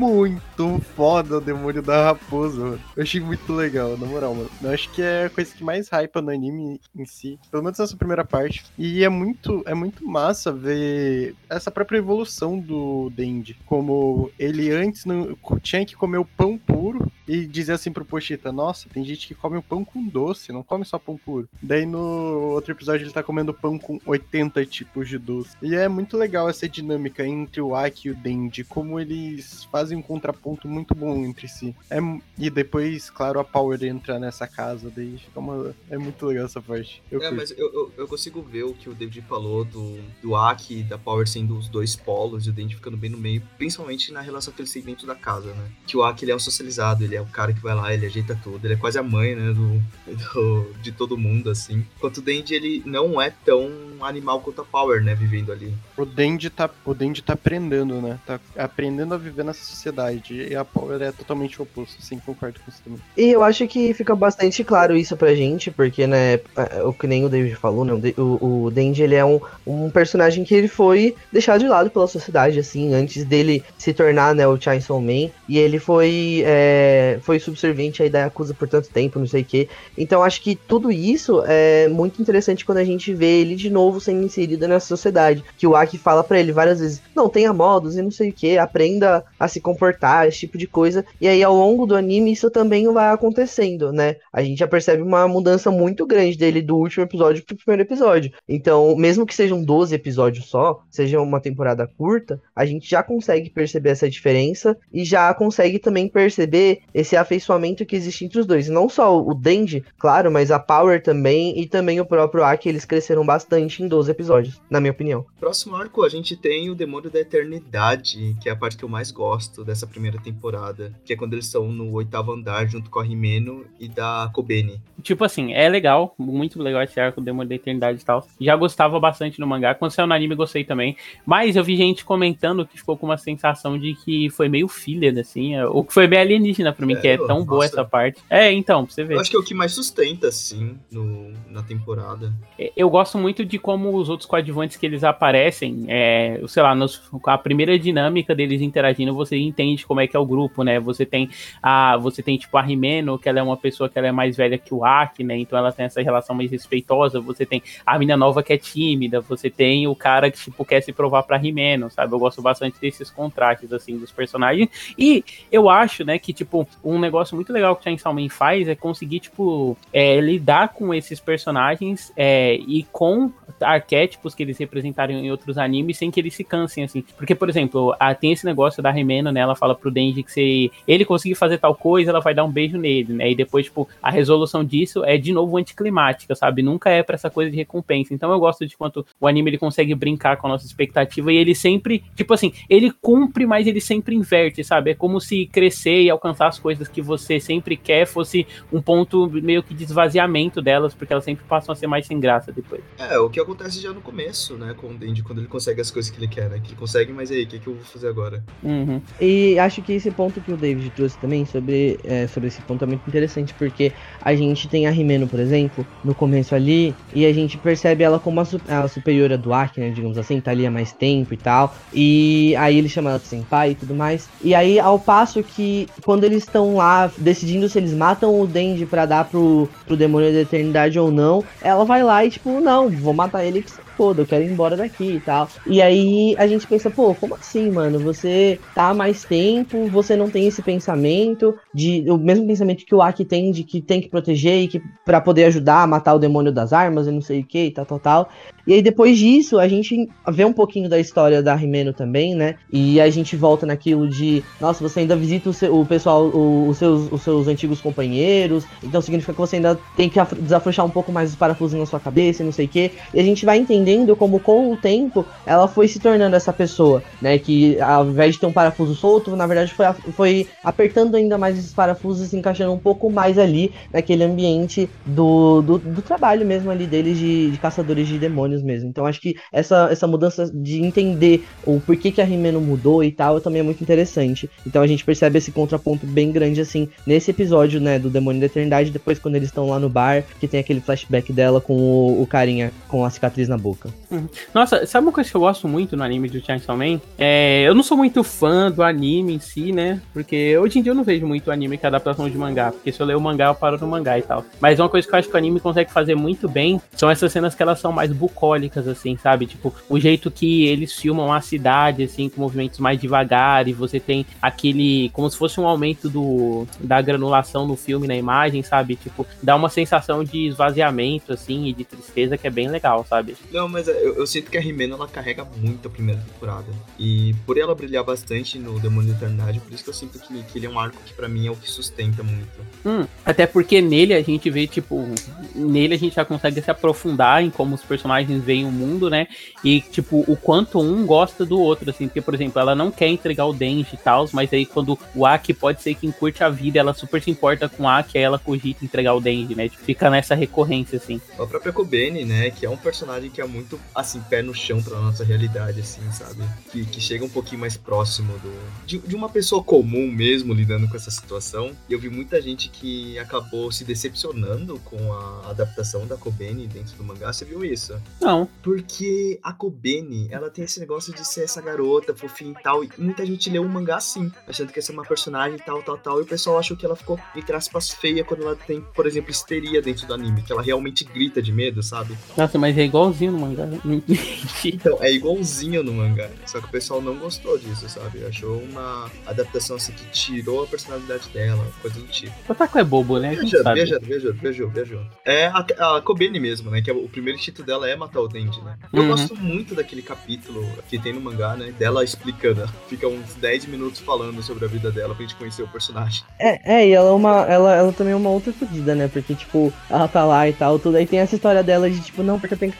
muito foda o demônio da raposa, mano. Eu achei muito legal, na moral, mano. Eu acho que é a coisa que mais hypa no anime em si, pelo menos nessa primeira parte. E é muito, é muito massa ver essa própria evolução do Denji. Como ele antes não, tinha que comer o pão puro e dizer assim pro Pochita, nossa, tem gente que come o pão com doce, não come só pão puro. Daí no outro episódio ele tá comendo pão com oitenta tipos de doce. E é muito legal essa dinâmica entre o Aki e o Denji, como eles fazem um contraponto muito bom entre si. É, e depois, claro, a Power entra nessa casa, daí fica uma... É muito legal essa parte. Eu é, curto. mas eu, eu, eu consigo ver o que o David falou do, do Aki e da Power sendo os dois polos e o Denji ficando bem no meio, principalmente na relação que eles têm dentro da casa, né? Que o Aki, ele é um socializado, ele é o cara que vai lá, ele ajeita tudo, ele é quase a mãe, né, do, do, de todo mundo, assim. Enquanto o Denji, ele não é tão animal quanto a Power, né, vivendo ali. O Denji tá, o Denji tá aprendendo, né, tá aprendendo a viver nessa sociedade, e a Power é totalmente o oposto, assim, concordo com isso também. E eu acho que fica bastante claro isso pra gente, porque, né, o que nem o David falou, né, o, o Denji, ele é um, um personagem que ele foi deixado de lado pela sociedade, assim, antes dele se tornar, né, o Chainsaw Man, e ele foi, é, foi subserviente aí da Yakuza por tanto tempo, não sei o que. Então acho que tudo isso é muito interessante quando a gente vê ele de novo sendo inserido nessa sociedade, que o Aki fala pra ele várias vezes, não, tenha modos e não sei o que, aprenda a se comportar, esse tipo de coisa, e aí ao longo do anime isso também vai acontecendo, né? A gente já percebe uma mudança muito grande dele do último episódio pro primeiro episódio. Então, mesmo que sejam doze episódios só, seja uma temporada curta, a gente já consegue perceber essa diferença e já consegue também perceber esse afeiçoamento que existe entre os dois. Não só o Denji, claro, mas a Power também e também o próprio Aki, eles cresceram bastante em doze episódios, na minha opinião. Próximo arco, a gente tem o Demônio da Eternidade, que é a parte que eu mais gosto dessa primeira temporada, que é quando eles estão no oitavo andar junto com a Himeno e da Kobeni. Tipo assim, é legal, muito legal esse arco, o Demônio da Eternidade e tal. Já gostava bastante no mangá, quando saiu no anime gostei também, mas eu vi gente comentando que ficou com uma sensação de que foi meio filler, assim, ou que foi bem alienígena, pra mim É, que é tão nossa. boa essa parte. É, então, pra você ver. Eu acho que é o que mais sustenta, assim, no, na temporada. Eu gosto muito de como os outros coadjuvantes que eles aparecem, é, sei lá, nos, com a primeira dinâmica deles interagindo, você entende como é que é o grupo, né? Você tem a, você tem tipo a Rimeno, que ela é uma pessoa que ela é mais velha que o Aki, né? Então ela tem essa relação mais respeitosa. Você tem a mina nova que é tímida, você tem o cara que tipo quer se provar pra Rimeno, sabe? Eu gosto bastante desses contrastes assim dos personagens. E eu acho, né, que tipo um negócio muito legal que o Chainsaw Man faz é conseguir tipo é, lidar com esses personagens é, e com arquétipos que eles representaram em outros animes sem que eles se cansem, assim. Porque, por exemplo, a, tem esse negócio da Rimeno, né? Ela fala pro Denji que se ele conseguir fazer tal coisa, ela vai dar um beijo nele, né? E depois, tipo, a resolução disso é de novo anticlimática, sabe? Nunca é pra essa coisa de recompensa. Então eu gosto de quanto o anime ele consegue brincar com a nossa expectativa e ele sempre, tipo assim, ele cumpre, mas ele sempre inverte, sabe? É como se crescer e alcançar as coisas que você sempre quer fosse um ponto meio que de esvaziamento delas, porque elas sempre passam a ser mais sem graça depois. É, o que acontece já no começo, né, com o Denji, quando ele consegue as coisas que ele quer, né? Que ele consegue, mas aí, o que, que eu vou fazer agora? Uhum. E acho que esse ponto que o David trouxe também sobre, é, sobre esse ponto é muito interessante, porque a gente tem a Rimeno, por exemplo, no começo ali, e a gente percebe ela como a, su- a superiora do Aki, né, digamos assim, tá ali há mais tempo e tal, e aí ele chama ela de senpai e tudo mais, e aí ao passo que quando eles estão lá decidindo se eles matam o Denji pra dar pro, pro demônio da eternidade ou não, ela vai lá e tipo, não, vou matar ele que se foda, eu quero ir embora daqui e tal. E aí a gente pensa, pô, como assim, mano? Você tá há mais tempo, você não tem esse pensamento, de o mesmo pensamento que o Aki tem, de que tem que proteger e que pra poder ajudar a matar o demônio das armas e não sei o que e tal, tal, tal. E aí depois disso, a gente vê um pouquinho da história da Rimeno também, né? E a gente volta naquilo de, nossa, você ainda visita o, seu, o pessoal, o, os, seus, os seus antigos companheiros, então significa que você ainda tem que desafrouxar um pouco mais os parafusos na sua cabeça e não sei o que. E a gente vai entendendo como com o tempo ela foi se tornando essa pessoa, né? Que ao invés de ter um parafuso solto, na verdade foi, foi apertando ainda mais esses parafusos e se encaixando um pouco mais ali naquele ambiente do, do, do trabalho mesmo ali deles de, de caçadores de demônios mesmo. Então acho que essa, essa mudança de entender o porquê que a Rimeno mudou e tal também é muito interessante. Então a gente percebe esse contraponto bem grande assim nesse episódio, né, do Demônio da Eternidade, depois quando eles estão lá no bar, que tem aquele flashback dela com o, o carinha com a cicatriz na boca. Uhum. Nossa, sabe uma coisa que eu gosto muito no anime do Chainsaw Man? É, eu não sou muito fã do anime em si, né? Porque hoje em dia eu não vejo muito anime que é adaptação de mangá, porque se eu ler o mangá eu paro no mangá e tal. Mas uma coisa que eu acho que o anime consegue fazer muito bem são essas cenas que elas são mais bucólicas, assim, sabe? Tipo, o jeito que eles filmam a cidade, assim, com movimentos mais devagar, e você tem aquele, como se fosse um aumento do, da granulação no filme, na imagem, sabe? Tipo, dá uma sensação de esvaziamento, assim, e de tristeza que é bem legal, sabe? Não, mas eu, eu sinto que a Rimeno, ela carrega muito a primeira temporada. E por ela brilhar bastante no Demônio da Eternidade, por isso que eu sinto que, que ele é um arco que pra mim é o que sustenta muito. Hum, até porque nele a gente vê, tipo, nele a gente já consegue se aprofundar em como os personagens veem o mundo, né? E, tipo, o quanto um gosta do outro, assim. Porque, por exemplo, ela não quer entregar o Denji e tal, mas aí quando o Aki pode ser quem curte a vida, ela super se importa com o Aki, aí ela cogita entregar o Denji, né? Tipo, fica nessa recorrência, assim. A própria Kobeni, né, que é um personagem que é muito, assim, pé no chão pra nossa realidade, assim, sabe? Que, que chega um pouquinho mais próximo do de, de uma pessoa comum mesmo lidando com essa situação. E eu vi muita gente que acabou se decepcionando com a adaptação da Kobeni dentro do mangá. Você viu isso? Não. Porque a Kobeni, ela tem esse negócio de ser essa garota fofinha e tal, e muita gente leu o mangá assim, achando que ia ser uma personagem tal, tal, tal, e o pessoal achou que ela ficou, entre aspas, feia quando ela tem, por exemplo, histeria dentro do anime, que ela realmente grita de medo, sabe? Nossa, mas é igualzinho no mangá. Então, é igualzinho no mangá, só que o pessoal não gostou disso, sabe? Achou uma adaptação assim que tirou a personalidade dela, coisa do tipo. O Otaku é bobo, né? Viajando, viajando, viajando, viajou, viajou. É a, a Kobeni mesmo, né? Que é, o primeiro título dela é matar o Denji, né? Eu Uhum. gosto muito daquele capítulo que tem no mangá, né? Dela explicando. Fica uns dez minutos falando sobre a vida dela pra gente conhecer o personagem. É, é, e ela é uma. Ela, ela também é uma outra fodida, né? Porque, tipo, ela tá lá e tal, tudo. Aí tem essa história dela de, tipo, não, porque eu tenho que trabalhar pro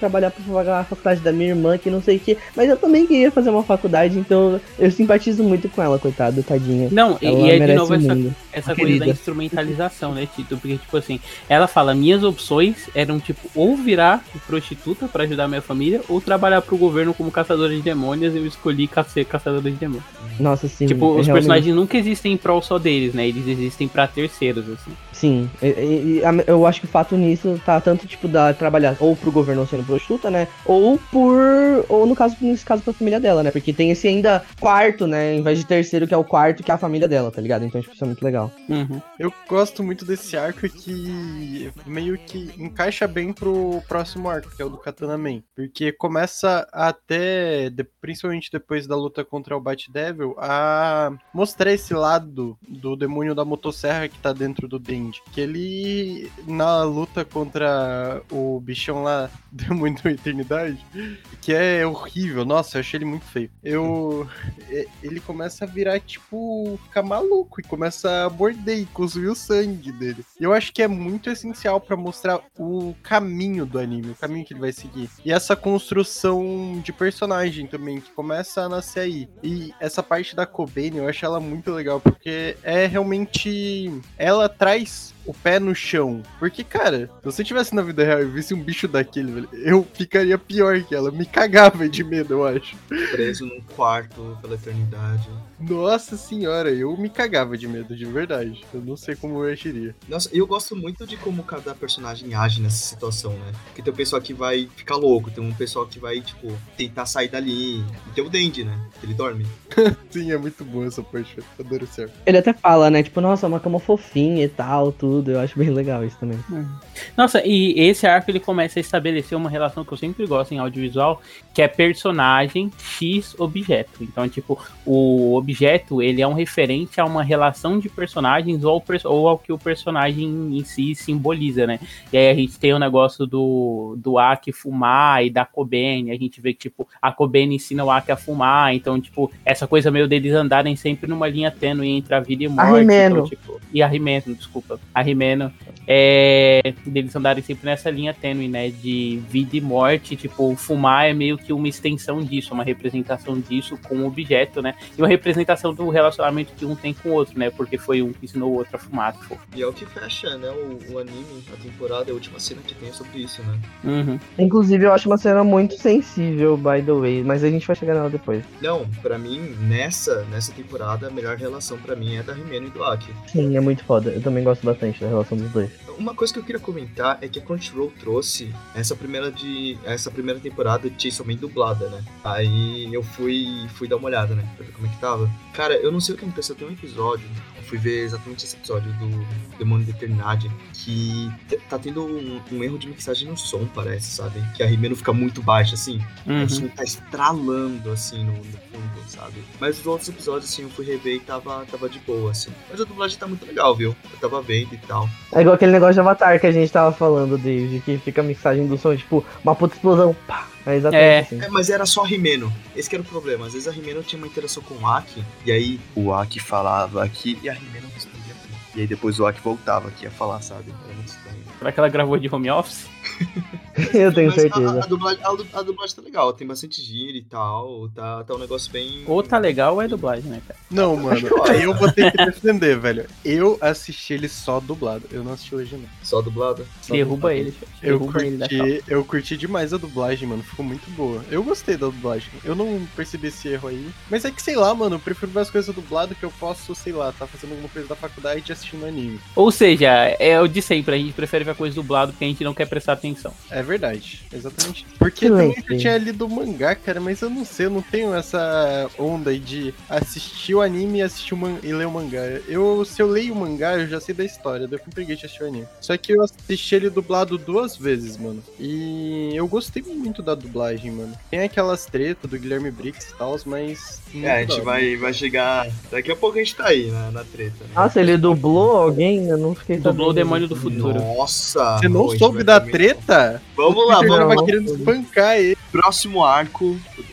vou pagar a faculdade da minha irmã, que não sei o que. Mas eu também queria fazer uma faculdade, então eu simpatizo muito com ela, coitada, tadinha. Não, ela e é de novo essa, mundo. essa coisa querida. Da instrumentalização, né, Tito? Porque, tipo assim, ela fala, minhas opções eram, tipo, ou virar prostituta pra ajudar a minha família, ou trabalhar pro governo como caçadora de demônios, e eu escolhi ser caçadora de demônios. Nossa, sim. Tipo, os realmente... personagens nunca existem em prol só deles, né? Eles existem pra terceiros, assim. Sim, e, e, eu acho que o fato nisso tá tanto, tipo, da trabalhar ou pro governo sendo prostituta, né? Ou por... Ou no caso, nesse caso, pra família dela, né? Porque tem esse ainda quarto, né? Em vez de terceiro, que é o quarto, que é a família dela, tá ligado? Então, tipo, isso é muito legal. Uhum. Eu gosto muito desse arco que meio que encaixa bem pro próximo arco, que é o do Katana Man. Porque começa até, principalmente depois da luta contra o Bat Devil, a mostrar esse lado do demônio da motosserra que tá dentro do Denji. Que ele, na luta contra o bichão lá, demônio da eternidade, que é horrível, nossa, eu achei ele muito feio. Eu... Ele começa a virar, tipo, ficar maluco e começa a morder e consumir o sangue dele. E eu acho que é muito essencial pra mostrar o caminho do anime, o caminho que ele vai seguir. E essa construção de personagem também, que começa a nascer aí. E essa parte da Kobeni, eu acho ela muito legal, porque é realmente... Ela traz o pé no chão. Porque, cara, se você tivesse na vida real e visse um bicho daquele, velho, eu ficaria pior que ela. Me cagava de medo, eu acho. Preso num quarto pela eternidade. Nossa senhora, eu me cagava de medo, de verdade. Eu não sei como eu agiria. Nossa, eu gosto muito de como cada personagem age nessa situação, né? Porque tem um pessoal que vai ficar louco, tem um pessoal que vai, tipo, tentar sair dali. E tem o Denji, né? Que ele dorme. Sim, é muito bom essa parte. Eu adoro o certo. Ele até fala, né? Tipo, nossa, uma cama fofinha e tal, tudo. Eu acho bem legal isso também. Nossa, e esse arco ele começa a estabelecer uma relação que eu sempre gosto em audiovisual, que é personagem X objeto. Então, tipo, o objeto, ele é um referente a uma relação de personagens ou ao, ou ao que o personagem em si simboliza, né? E aí a gente tem o negócio do, do Aki fumar e da Kobeni, a gente vê que, tipo, a Kobeni ensina o Aki a fumar, então, tipo, essa coisa meio deles andarem sempre numa linha tênue entre a vida e a morte. A Rimeno. Então, tipo, e a Rimeno, desculpa, a Rimeno, é, deles andarem sempre nessa linha tênue, né, de vida e morte, tipo, fumar é meio que uma extensão disso, uma representação disso com o objeto, né, e uma representação do relacionamento que um tem com o outro, né, porque foi um que ensinou o outro a fumar. Tipo. E é o que fecha, né, o, o anime, a temporada, a última cena que tem sobre isso, né. Uhum. Inclusive, eu acho uma cena muito sensível, by the way, mas a gente vai chegar nela depois. Não, pra mim, nessa, nessa temporada, a melhor relação pra mim é da Rimeno e do Aki. Sim, é muito foda. Eu também gosto bastante da relação dos dois. Uma coisa que eu queria comentar é que a Crunchyroll trouxe essa primeira, de, essa primeira temporada de Chainsaw Man dublada, né? Aí eu fui, fui dar uma olhada, né? Pra ver como é que tava. Cara, eu não sei o que aconteceu, tem um episódio, eu fui ver exatamente esse episódio do Demônio da Eternidade, que t- tá tendo um, um erro de mixagem no som, parece, sabe? Que a Rimeno fica muito baixa, assim. Uhum. O som tá estralando, assim, no, no fundo, sabe? Mas os outros episódios, assim, eu fui rever e tava, tava de boa, assim. Mas a dublagem tá muito legal, viu? Eu tava vendo e tal. É igual aquele negócio de Avatar que a gente tava falando, David, que fica a mixagem do som, tipo, uma puta explosão, pá. É exatamente É. assim. É, mas era só a Rimeno. Esse que era o problema. Às vezes a Rimeno tinha uma interação com o Aki, e aí o Aki falava aqui e a Rimeno respondia aqui. E aí depois o Aki voltava aqui a falar, sabe? Era muito estranho. Será que ela gravou de home office? Eu tenho Mas certeza. A, a, dublagem, a, du- a dublagem tá legal, tem bastante gíria e tal, tá, tá um negócio bem... Ou tá legal ou é dublagem, né, cara? Não, mano, eu vou ter que defender, velho. Eu assisti ele só dublado, eu não assisti original. Só dublado? Só Derruba dublado. ele, Eu derruba ele da sala. curti, eu curti demais a dublagem, mano. Ficou muito boa. Eu gostei da dublagem. Eu não percebi esse erro aí. Mas é que, sei lá, mano, eu prefiro ver as coisas dubladas que eu posso, sei lá, tá fazendo alguma coisa da faculdade e assistindo anime. Ou seja, é o de sempre, a gente prefere ver coisa dublada porque a gente não quer prestar atenção. É verdade, exatamente. Porque eu Excelente. também já tinha lido o mangá, cara, mas eu não sei, eu não tenho essa onda aí de assistir o anime e assistir o man- e ler o mangá. Eu, se eu leio o mangá, eu já sei da história, daí eu fui preguiça de assistir o anime. Só que eu assisti ele dublado duas vezes, mano. E eu gostei muito da dublagem, mano. Tem aquelas tretas do Guilherme Briggs e tal, mas... É, a gente vai, vai chegar... Daqui a pouco a gente tá aí, na, na treta, né? Nossa, ele dublou alguém? Eu não fiquei sabendo. Dublou o Demônio do Futuro. Nossa! Você não Pô, a gente soube vai da também- treta? Vamos lá, O Peter vamos tava não. querendo espancar ele. Próximo arco, o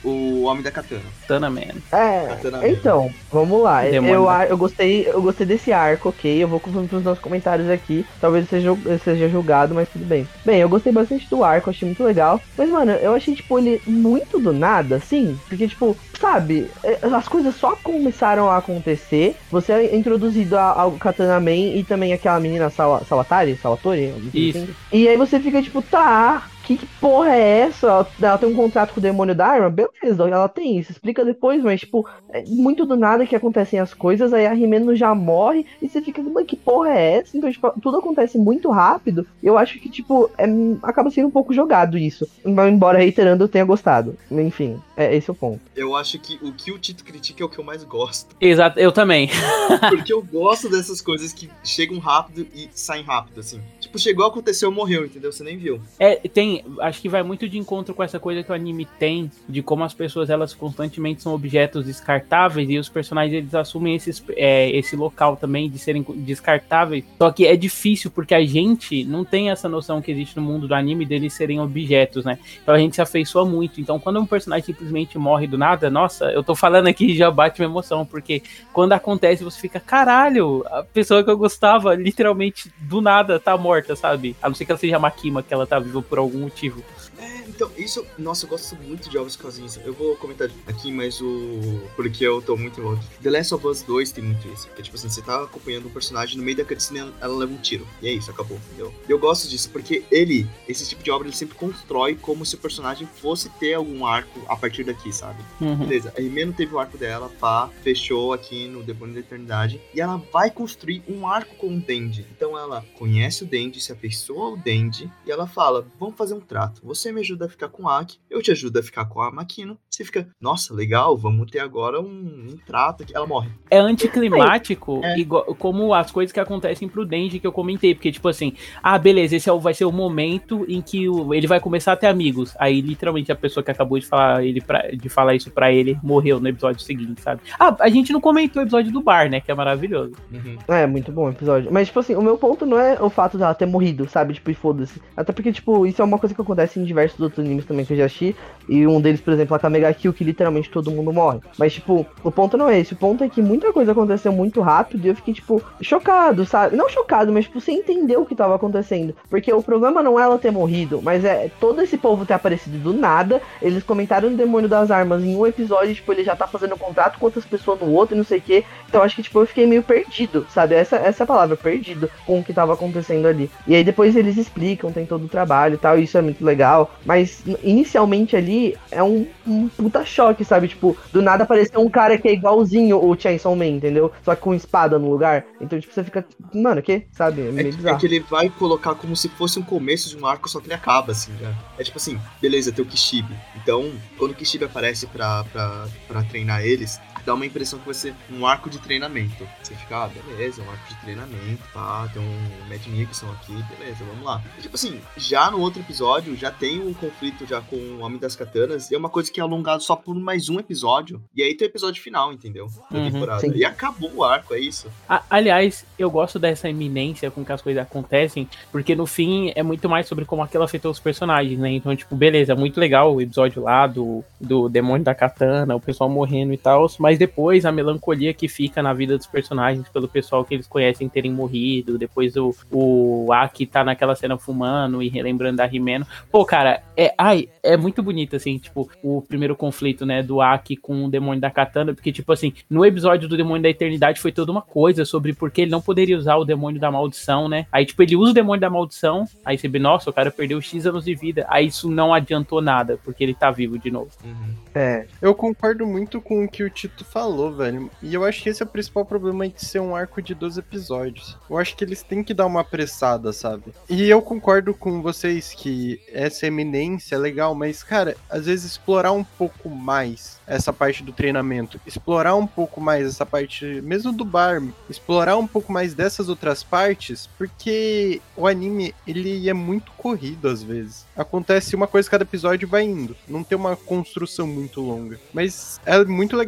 Homem da Katana. Katana Man. É, Katana Man. então, vamos lá. Eu, Demônio. eu, gostei, eu gostei desse arco, ok? Eu vou confundir pros nossos comentários aqui. Talvez eu seja, eu seja julgado, mas tudo bem. Bem, eu gostei bastante do arco, achei muito legal. Mas, mano, eu achei, tipo, ele muito do nada, assim. Porque, tipo, sabe, as coisas só começaram a acontecer. Você é introduzido ao Katana Man e também aquela menina Sal, Salatari, Salatori? Isso. Assim. E aí você fica, tipo, tá... Que, que porra é essa? Ela, ela tem um contrato com o demônio da arma? Beleza, ela tem isso, explica depois, mas, tipo, é muito do nada que acontecem as coisas, aí a Rimeno já morre, e você fica, mas que porra é essa? Então, tipo, tudo acontece muito rápido, eu acho que, tipo, é, acaba sendo um pouco jogado isso, embora reiterando eu tenha gostado, enfim, é esse é o ponto. Eu acho que o que o Tito critica é o que eu mais gosto. Exato, eu também. Porque eu gosto dessas coisas que chegam rápido e saem rápido, assim. Tipo, chegou, aconteceu, morreu, entendeu? Você nem viu. É, tem, acho que vai muito de encontro com essa coisa que o anime tem, de como as pessoas, elas constantemente são objetos descartáveis, e os personagens, eles assumem esses, é, esse local também de serem descartáveis. Só que é difícil, porque a gente não tem essa noção que existe no mundo do anime deles serem objetos, né? Então a gente se afeiçoa muito. Então quando um personagem simplesmente morre do nada, nossa, eu tô falando aqui e já bate minha emoção, porque quando acontece você fica, caralho, a pessoa que eu gostava, literalmente, do nada tá morta, sabe? A não ser que ela seja a Makima, que ela tá viva por algum motivo. É, então, isso... Nossa, eu gosto muito de ovos casinhos. Eu vou comentar aqui, mas o... Porque eu tô muito envolvido. The Last of Us dois tem muito isso. Porque, tipo assim, você tá acompanhando um personagem, no meio da cutscene ela leva um tiro. E é isso, acabou, entendeu? E eu gosto disso, porque ele, esse tipo de obra, ele sempre constrói como se o personagem fosse ter algum arco a partir daqui, sabe? Uhum. Beleza, a Rimeno teve o arco dela, pá, fechou aqui no Demônio da Eternidade. E ela vai construir um arco com o Denji. Então ela conhece o Denji, se afeiçoa ao Denji, e ela fala, vamos fazer um trato. Você me ajuda a ficar com a Aki, eu te ajudo a ficar com a Makino. Você fica, nossa, legal, vamos ter agora um, um trato aqui. Ela morre. É anticlimático, É. igual, como as coisas que acontecem pro Denji que eu comentei. Porque, tipo assim, ah, beleza, esse é o, vai ser o momento em que o, ele vai começar a ter amigos. Aí, literalmente, a pessoa que acabou de falar, ele pra, de falar isso pra ele morreu no episódio seguinte, sabe? Ah, a gente não comentou o episódio do bar, né? Que é maravilhoso. Uhum. É, muito bom o episódio. Mas, tipo assim, o meu ponto não é o fato dela ter morrido, sabe? Tipo, e foda-se. Até porque, tipo, isso é uma coisa que acontece em diversos outros animes também que eu já assisti. E um deles, por exemplo, a Kamega Kill, que literalmente todo mundo morre. Mas, tipo, o ponto não é esse. O ponto é que muita coisa aconteceu muito rápido e eu fiquei, tipo, chocado, sabe? Não chocado, mas, tipo, sem entender o que tava acontecendo. Porque o problema não é ela ter morrido, mas é todo esse povo ter aparecido do nada. Eles comentaram no Demônio das Armas em um episódio, tipo, ele já tá fazendo contrato com outras pessoas no outro e não sei o quê. Então, acho que, tipo, eu fiquei meio perdido, sabe? Essa, essa é a palavra, perdido com o que tava acontecendo ali. E aí depois eles explicam, tem todo o trabalho e tal, e isso é muito legal. Mas, inicialmente ali, é um, um puta choque, sabe? Tipo, do nada apareceu um cara que é igualzinho o Chainsaw Man, entendeu? Só que com espada no lugar. Então, tipo, você fica, mano, o quê? Sabe? É É meio que, bizarro. é que ele vai colocar como se fosse um começo de um arco, só que ele acaba, assim, já. É tipo assim, beleza, tem o Kishibe. Então, quando o Kishibe aparece pra, pra, pra treinar eles, dá uma impressão que vai ser um arco de treinamento. Você fica, ah, beleza, um arco de treinamento, tá, tem um Mad Nixon aqui, beleza, vamos lá. E, tipo assim, já no outro episódio, já tem um conflito já com o Homem das Katanas, e é uma coisa que é alongado só por mais um episódio, e aí tem o episódio final, entendeu? Da Uhum, temporada. sim. E acabou o arco, é isso. A- aliás, eu gosto dessa iminência com que as coisas acontecem, porque no fim é muito mais sobre como aquilo afetou os personagens, né? Então, tipo, beleza, é muito legal o episódio lá do, do Demônio da Katana, o pessoal morrendo e tal, mas depois a melancolia que fica na vida dos personagens pelo pessoal que eles conhecem terem morrido, depois o, o Aki tá naquela cena fumando e relembrando da Rimeno. Pô, cara, é, ai, é muito bonito, assim, tipo, o primeiro conflito, né, do Aki com o Demônio da Katana, porque, tipo assim, no episódio do Demônio da Eternidade foi toda uma coisa sobre por que ele não poderia usar o Demônio da Maldição, né? Aí, tipo, ele usa o Demônio da Maldição, aí você vê, nossa, o cara perdeu X anos de vida, aí isso não adiantou nada, porque ele tá vivo de novo. Uhum. É, Eu concordo muito com o que o Tito falou, velho. E eu acho que esse é o principal problema de ser um arco de doze episódios. Eu acho que eles têm que dar uma apressada, sabe? E eu concordo com vocês que essa eminência é legal, mas, cara, às vezes explorar um pouco mais essa parte do treinamento, explorar um pouco mais essa parte, mesmo do bar, explorar um pouco mais dessas outras partes, porque o anime, ele é muito corrido às vezes. Acontece uma coisa cada episódio e vai indo. Não tem uma construção muito longa. Mas é muito legal essa coisa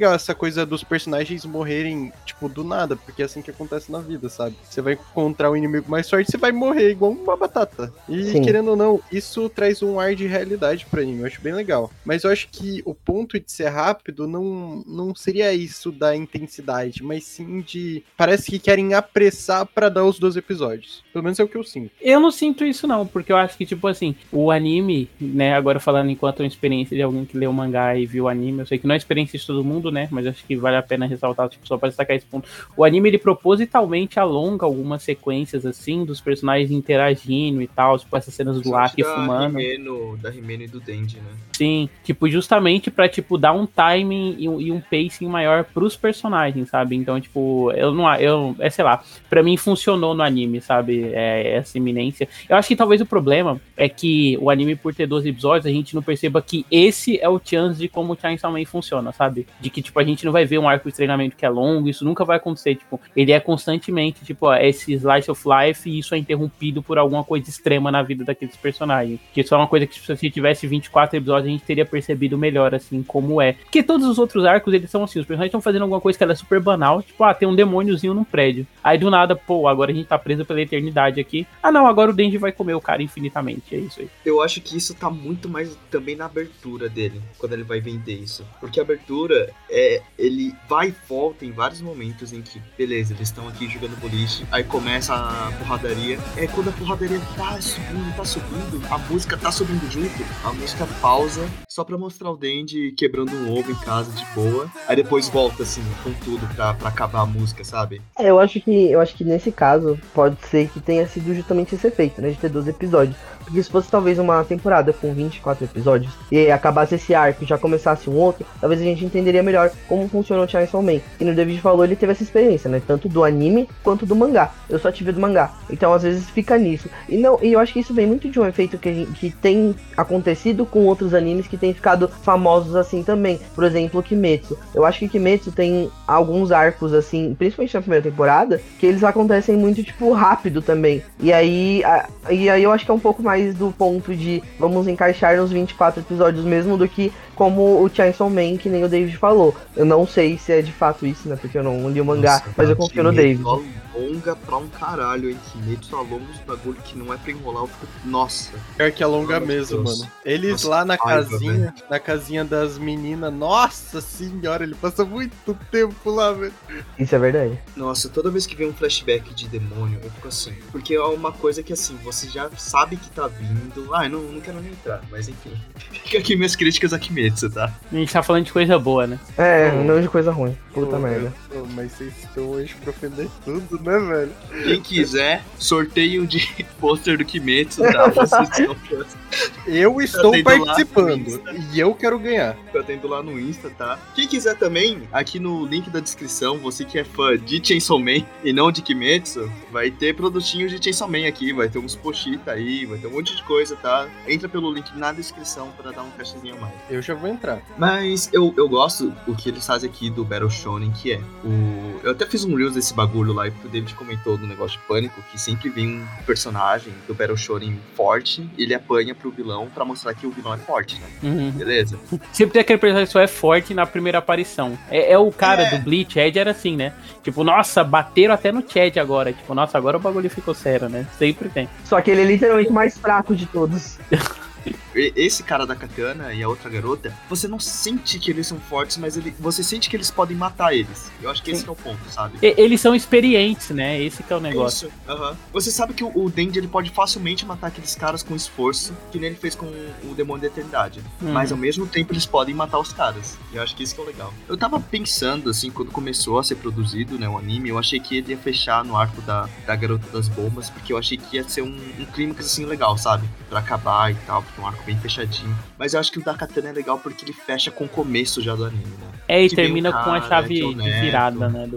coisa dos personagens morrerem, tipo, do nada, porque é assim que acontece na vida, sabe? Você vai encontrar um inimigo mais forte, você vai morrer igual uma batata. E, Sim. querendo ou não, isso traz um ar de realidade pra anime, eu acho bem legal. Mas eu acho que o ponto de ser rápido não, não seria isso da intensidade, mas sim de... Parece que querem apressar pra dar os doze episódios. Pelo menos é o que eu sinto. Eu não sinto isso não, porque eu acho que, tipo assim, o anime, né, agora falando enquanto uma experiência de alguém que leu o mangá e viu o anime, eu sei que não é experiência de todo mundo, né, mas eu acho que vale a pena ressaltar, tipo, só pra destacar esse ponto. O anime, ele propositalmente alonga algumas sequências, assim, dos personagens interagindo e tal, tipo, essas cenas do Aki fumando. Himeno, da Himeno e do Denji, né? Sim, tipo, justamente pra, tipo, dar um timing e um, e um pacing maior pros personagens, sabe? Então, tipo, eu não, eu, é, sei lá, pra mim funcionou no anime, sabe? É, essa iminência. Eu acho que talvez o problema é que o anime, por ter doze episódios, a gente não perceba que esse é o chance de como o Chainsaw Man funciona, sabe? De que, tipo, a gente não vai ver um arco de treinamento que é longo, isso nunca vai acontecer, tipo, ele é constantemente, tipo, ó, esse slice of life e isso é interrompido por alguma coisa extrema na vida daqueles personagens. Que isso é uma coisa que, se você tivesse vinte e quatro episódios, a gente teria percebido melhor, assim, como é. Porque todos os outros arcos, eles são assim, os personagens estão fazendo alguma coisa que ela é super banal, tipo, ah, tem um demôniozinho num prédio. Aí, do nada, pô, agora a gente tá preso pela eternidade aqui. Ah, não, agora o Denji vai comer o cara infinitamente, é isso aí. Eu acho que isso tá muito mais também na abertura dele, quando ele vai vender isso. Porque a abertura, é, ele vai e volta em vários momentos em que, beleza, eles estão aqui jogando boliche, aí começa a porradaria. É quando a porradaria tá subindo, tá subindo, a música tá subindo junto, a música pausa, só pra mostrar o Denji quebrando um ovo em casa de boa. Aí depois volta, assim, com tudo pra, pra acabar a música, sabe? É, eu acho que eu acho que nesse caso pode ser que tenha sido justamente esse efeito, né, de ter doze episódios. Porque se fosse talvez uma temporada com vinte e quatro episódios e acabasse esse arco e já começasse um outro, talvez a gente entenderia melhor como funciona o Chainsaw Man. E no David falou, ele teve essa experiência, né, tanto do anime quanto do mangá. Eu só tive do mangá, então às vezes fica nisso. E não, e eu acho que isso vem muito de um efeito que, a gente, que tem acontecido com outros animes que têm ficado famosos assim também. Por exemplo, Kimetsu. Eu acho que Kimetsu tem alguns arcos assim, principalmente na primeira temporada, que eles acontecem muito, tipo, rápido também. E aí, a, e aí eu acho que é um pouco mais do ponto de vamos encaixar nos vinte e quatro episódios mesmo do que como o Chainsaw Man, que nem o David falou. Eu não sei se é de fato isso, né, porque eu não li o mangá, Nossa, mas eu confio no David. Alonga pra um caralho, hein? Kimetsu alonga uns bagulho que não é pra enrolar, eu fico... Nossa. Pior que alonga mesmo, Deus. Mano. Eles nossa, lá na raiva, casinha, velho. Na casinha das meninas, nossa senhora, ele passa muito tempo lá, velho. Isso é verdade. Nossa, toda vez que vem um flashback de demônio, eu fico assim. Porque é uma coisa que, assim, você já sabe que tá vindo. Ah, eu não, não quero nem entrar, mas enfim. Fica aqui minhas críticas a Kimetsu, tá? A gente tá falando de coisa boa, né? É, oh. não de coisa ruim. Puta oh, merda. Oh, mas vocês estão hoje pra ofender tudo, né, velho? Quem quiser, sorteio de pôster do Kimetsu, tá? Eu estou participando e eu quero ganhar. Tá tendo lá no Insta, tá? Quem quiser também, aqui no link da descrição, você que é fã de Chainsaw Man e não de Kimetsu, vai ter produtinhos de Chainsaw Man aqui, vai ter uns pochita aí, vai ter um monte de coisa, tá? Entra pelo link na descrição pra dar um caixinho a mais. Eu já vou entrar. Mas eu, eu gosto o que eles fazem aqui do Battle Shonen, que é o... Eu até fiz um Reels desse bagulho lá, porque o David comentou do negócio de Pânico, que sempre vem um personagem do Battle Shonen forte, ele apanha pro vilão pra mostrar que o vilão é forte, né? Uhum. Beleza? Sempre tem aquele personagem que só é forte na primeira aparição. É, é o cara é. do Bleach, Ed era assim, né? Tipo, nossa, bateram até no Chad agora. Tipo, nossa, agora o bagulho ficou sério, né? Sempre tem. Só que ele é literalmente o mais fraco de todos. Esse cara da katana e a outra garota, você não sente que eles são fortes, mas ele, você sente que eles podem matar eles. Eu acho que esse que é o ponto, sabe? E, eles são experientes, né? Esse que é o negócio. Isso, uhum. Você sabe que o, o Denji, ele pode facilmente matar aqueles caras com esforço, que nem ele fez com o Demônio da Eternidade. Uhum. Mas ao mesmo tempo eles podem matar os caras. E eu acho que isso que é o legal. Eu tava pensando, assim, quando começou a ser produzido, né, o anime, eu achei que ele ia fechar no arco da, da Garota das Bombas, porque eu achei que ia ser um, um clímax, assim, legal, sabe? Pra acabar e tal, porque é um arco bem fechadinho. Mas eu acho que o da Katana é legal porque ele fecha com o começo já do anime, né? É, e que termina cara, com a chave de virada, né? Do...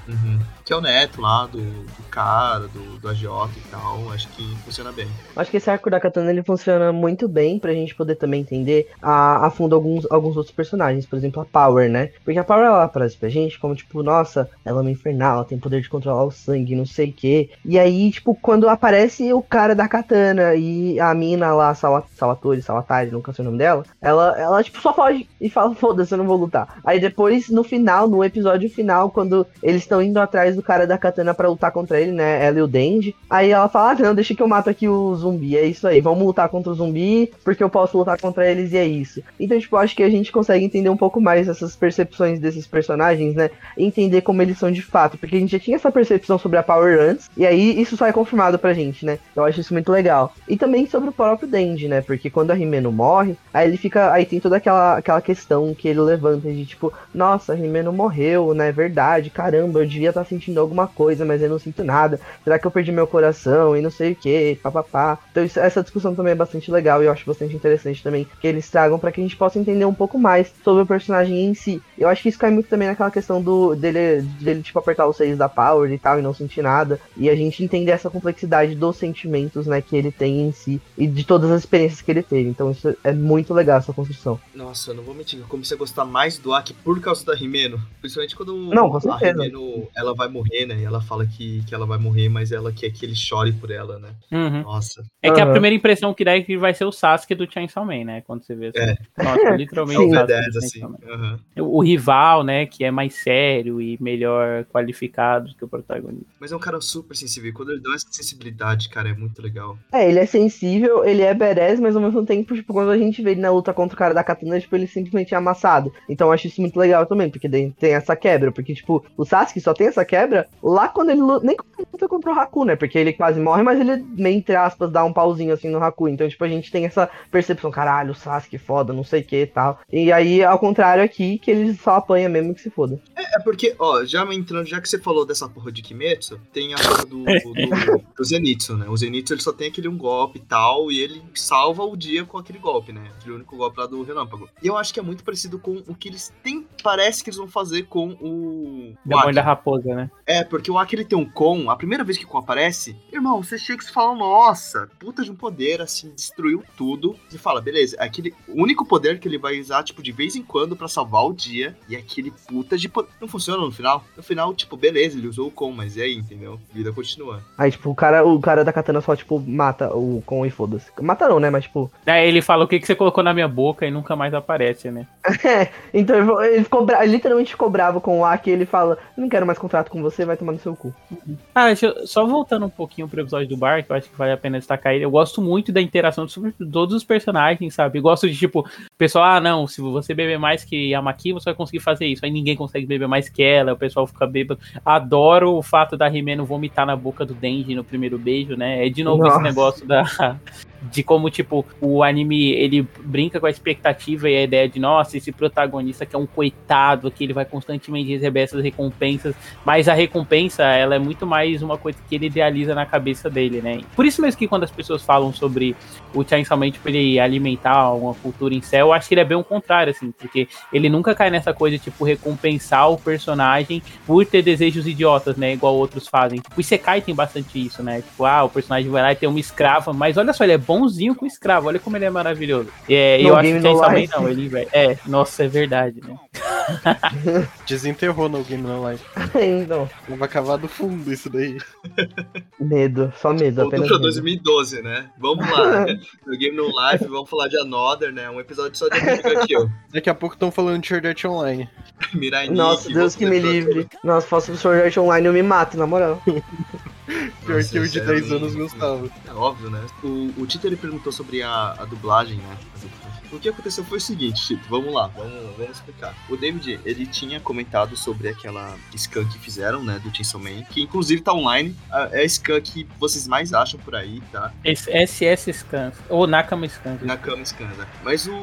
Uhum. Que é o neto lá do, do cara, do, do agiota e tal. Acho que funciona bem. Acho que esse arco da Katana ele funciona muito bem pra gente poder também entender a, a fundo alguns, alguns outros personagens, por exemplo a Power, né? Porque a Power ela aparece pra gente como tipo, nossa, ela é uma infernal, ela tem poder de controlar o sangue, não sei o que. E aí, tipo, quando aparece o cara da Katana e a mina lá, Sala, Salatori, Salatari, nunca sei o nome dela, ela, ela tipo, só foge e fala, foda-se, eu não vou lutar. Aí depois, no final, no episódio final, quando eles estão indo atrás do cara da Katana pra lutar contra ele, né? Ela e o Denji. Aí ela fala, ah, não, deixa que eu mato aqui o zumbi. É isso aí, vamos lutar contra o zumbi, porque eu posso lutar contra eles e é isso. Então, tipo, acho que a gente consegue entender um pouco mais essas percepções desses personagens, né? E entender como eles são de fato. Porque a gente já tinha essa percepção sobre a Power antes, e aí isso só é confirmado pra gente, né? Eu acho isso muito legal. E também sobre o próprio Denji, né? Porque quando a Himeno morre, aí ele fica. Aí tem toda aquela, aquela questão que ele levanta de tipo, nossa, a Himeno morreu, não é verdade, caramba, eu devia estar sentindo alguma coisa, mas eu não sinto nada. Será que eu perdi meu coração e não sei o que, papapá. Então isso, essa discussão também é bastante legal e eu acho bastante interessante também que eles tragam pra que a gente possa entender um pouco mais sobre o personagem em si. Eu acho que isso cai muito também naquela questão do dele, dele tipo, apertar os seios da Power e tal e não sentir nada. E a gente entender essa complexidade dos sentimentos, né, que ele tem em si e de todas as experiências que ele teve. Então isso é muito legal, essa construção. Nossa, eu não vou mentir, eu comecei a gostar mais do Aki por causa da Himeno. Principalmente quando não, com a Himeno, ela vai morrer, né? E ela fala que, que ela vai morrer, mas ela quer que ele chore por ela, né? Uhum. Nossa. É que uhum. a primeira impressão que dá é que vai ser o Sasuke do Chainsaw Man, né? Quando você vê assim. É. Nossa, literalmente Sim. o Sasuke dez, do assim. Chainsaw Man. Uhum. O, o rival, né? Que é mais sério e melhor qualificado que o protagonista. Mas é um cara super sensível. Quando ele dá essa sensibilidade, cara, é muito legal. É, ele é sensível, ele é badass, mas ao mesmo tempo, tipo, quando a gente vê ele na luta contra o cara da Katana, tipo, ele simplesmente é amassado. Então eu acho isso muito legal também, porque tem essa quebra. Porque, tipo, o Sasuke só tem essa quebra lá quando ele luta, nem quando ele luta contra o Haku, né? Porque ele quase morre, mas ele, meio entre aspas, dá um pauzinho assim no Haku. Então, tipo, a gente tem essa percepção, caralho, o Sasuke foda, não sei o que e tal. E aí, ao contrário aqui, que ele só apanha mesmo que se foda. É, é porque, ó, já entrando, já que você falou dessa porra de Kimetsu, tem a porra do, do, do Zenitsu, né? O Zenitsu, ele só tem aquele um golpe e tal, e ele salva o dia com aquele golpe, né? Aquele único golpe lá do Relâmpago. E eu acho que é muito parecido com o que eles têm, parece que eles vão fazer com o... Demônio da Raposa, né? É, porque o Aki, ele tem um Kon, a primeira vez que o Kon aparece, irmão, você chega e se fala, nossa, puta de um poder, assim, destruiu tudo. Você fala, beleza, aquele o único poder que ele vai usar, tipo, de vez em quando pra salvar o dia, e aquele puta de poder. Não funciona no final? No final, tipo, beleza, ele usou o Kon, mas e aí, entendeu? A vida continua. Aí, tipo, o cara, o cara da Katana só, tipo, mata o Kon e foda-se. Mata não, né, mas, tipo... Aí ele fala, o que, que você colocou na minha boca e nunca mais aparece, né? É, então ele ficou bravo, ele literalmente ficou bravo com o Aki e ele fala, não quero mais contrato com você, vai tomar no seu cu. Ah, deixa eu, só voltando um pouquinho pro episódio do bar, que eu acho que vale a pena destacar ele, eu gosto muito da interação de todos os personagens, sabe? Eu gosto de, tipo, pessoal, ah, não, se você beber mais que a Maki, você vai conseguir fazer isso. Aí ninguém consegue beber mais que ela, o pessoal fica bêbado. Adoro o fato da Himeno vomitar na boca do Denji no primeiro beijo, né? É de novo Nossa. Esse negócio da... de como, tipo, o anime, ele brinca com a expectativa e a ideia de, nossa, esse protagonista que é um coitado, que ele vai constantemente receber essas recompensas, mas a recompensa, ela é muito mais uma coisa que ele idealiza na cabeça dele, né? Por isso mesmo que quando as pessoas falam sobre o Chainsaw Man, tipo, ele alimentar uma cultura em céu, eu acho que ele é bem o contrário, assim, porque ele nunca cai nessa coisa, tipo, recompensar o personagem por ter desejos idiotas, né, igual outros fazem. Tipo, o Isekai tem bastante isso, né? Tipo, ah, o personagem vai lá e tem uma escrava, mas olha só, ele é bonzinho com escravo, olha como ele é maravilhoso. É, eu acho que Chainsaw Man não, ele é, nossa, é verdade, né? Desenterrou no Game No Life. Então. Vai acabar do fundo isso daí. Medo, só medo. Voltou pra dois mil e doze, né? Vamos lá. No Game No Life, vamos falar de Another, né? Um episódio só de aqui, ó. Daqui a pouco estão falando de Sword Art Online. Mirai Nossa, Nick, Deus que me livre. Nossa, se fosse Sword Art Online eu me mato, na moral. Pior Nossa, que eu de é dez um... anos gostava. É óbvio, né? O, o Tito, ele perguntou sobre a, a dublagem, né? O que aconteceu foi o seguinte, Tito, vamos lá, vamos, vamos explicar. O David, ele tinha comentado sobre aquela scan que fizeram, né, do Chainsaw Man, que inclusive tá online, é a scan que vocês mais acham por aí, tá? S S Scans, ou Nakama Scans. Nakama Scans, né? Mas o...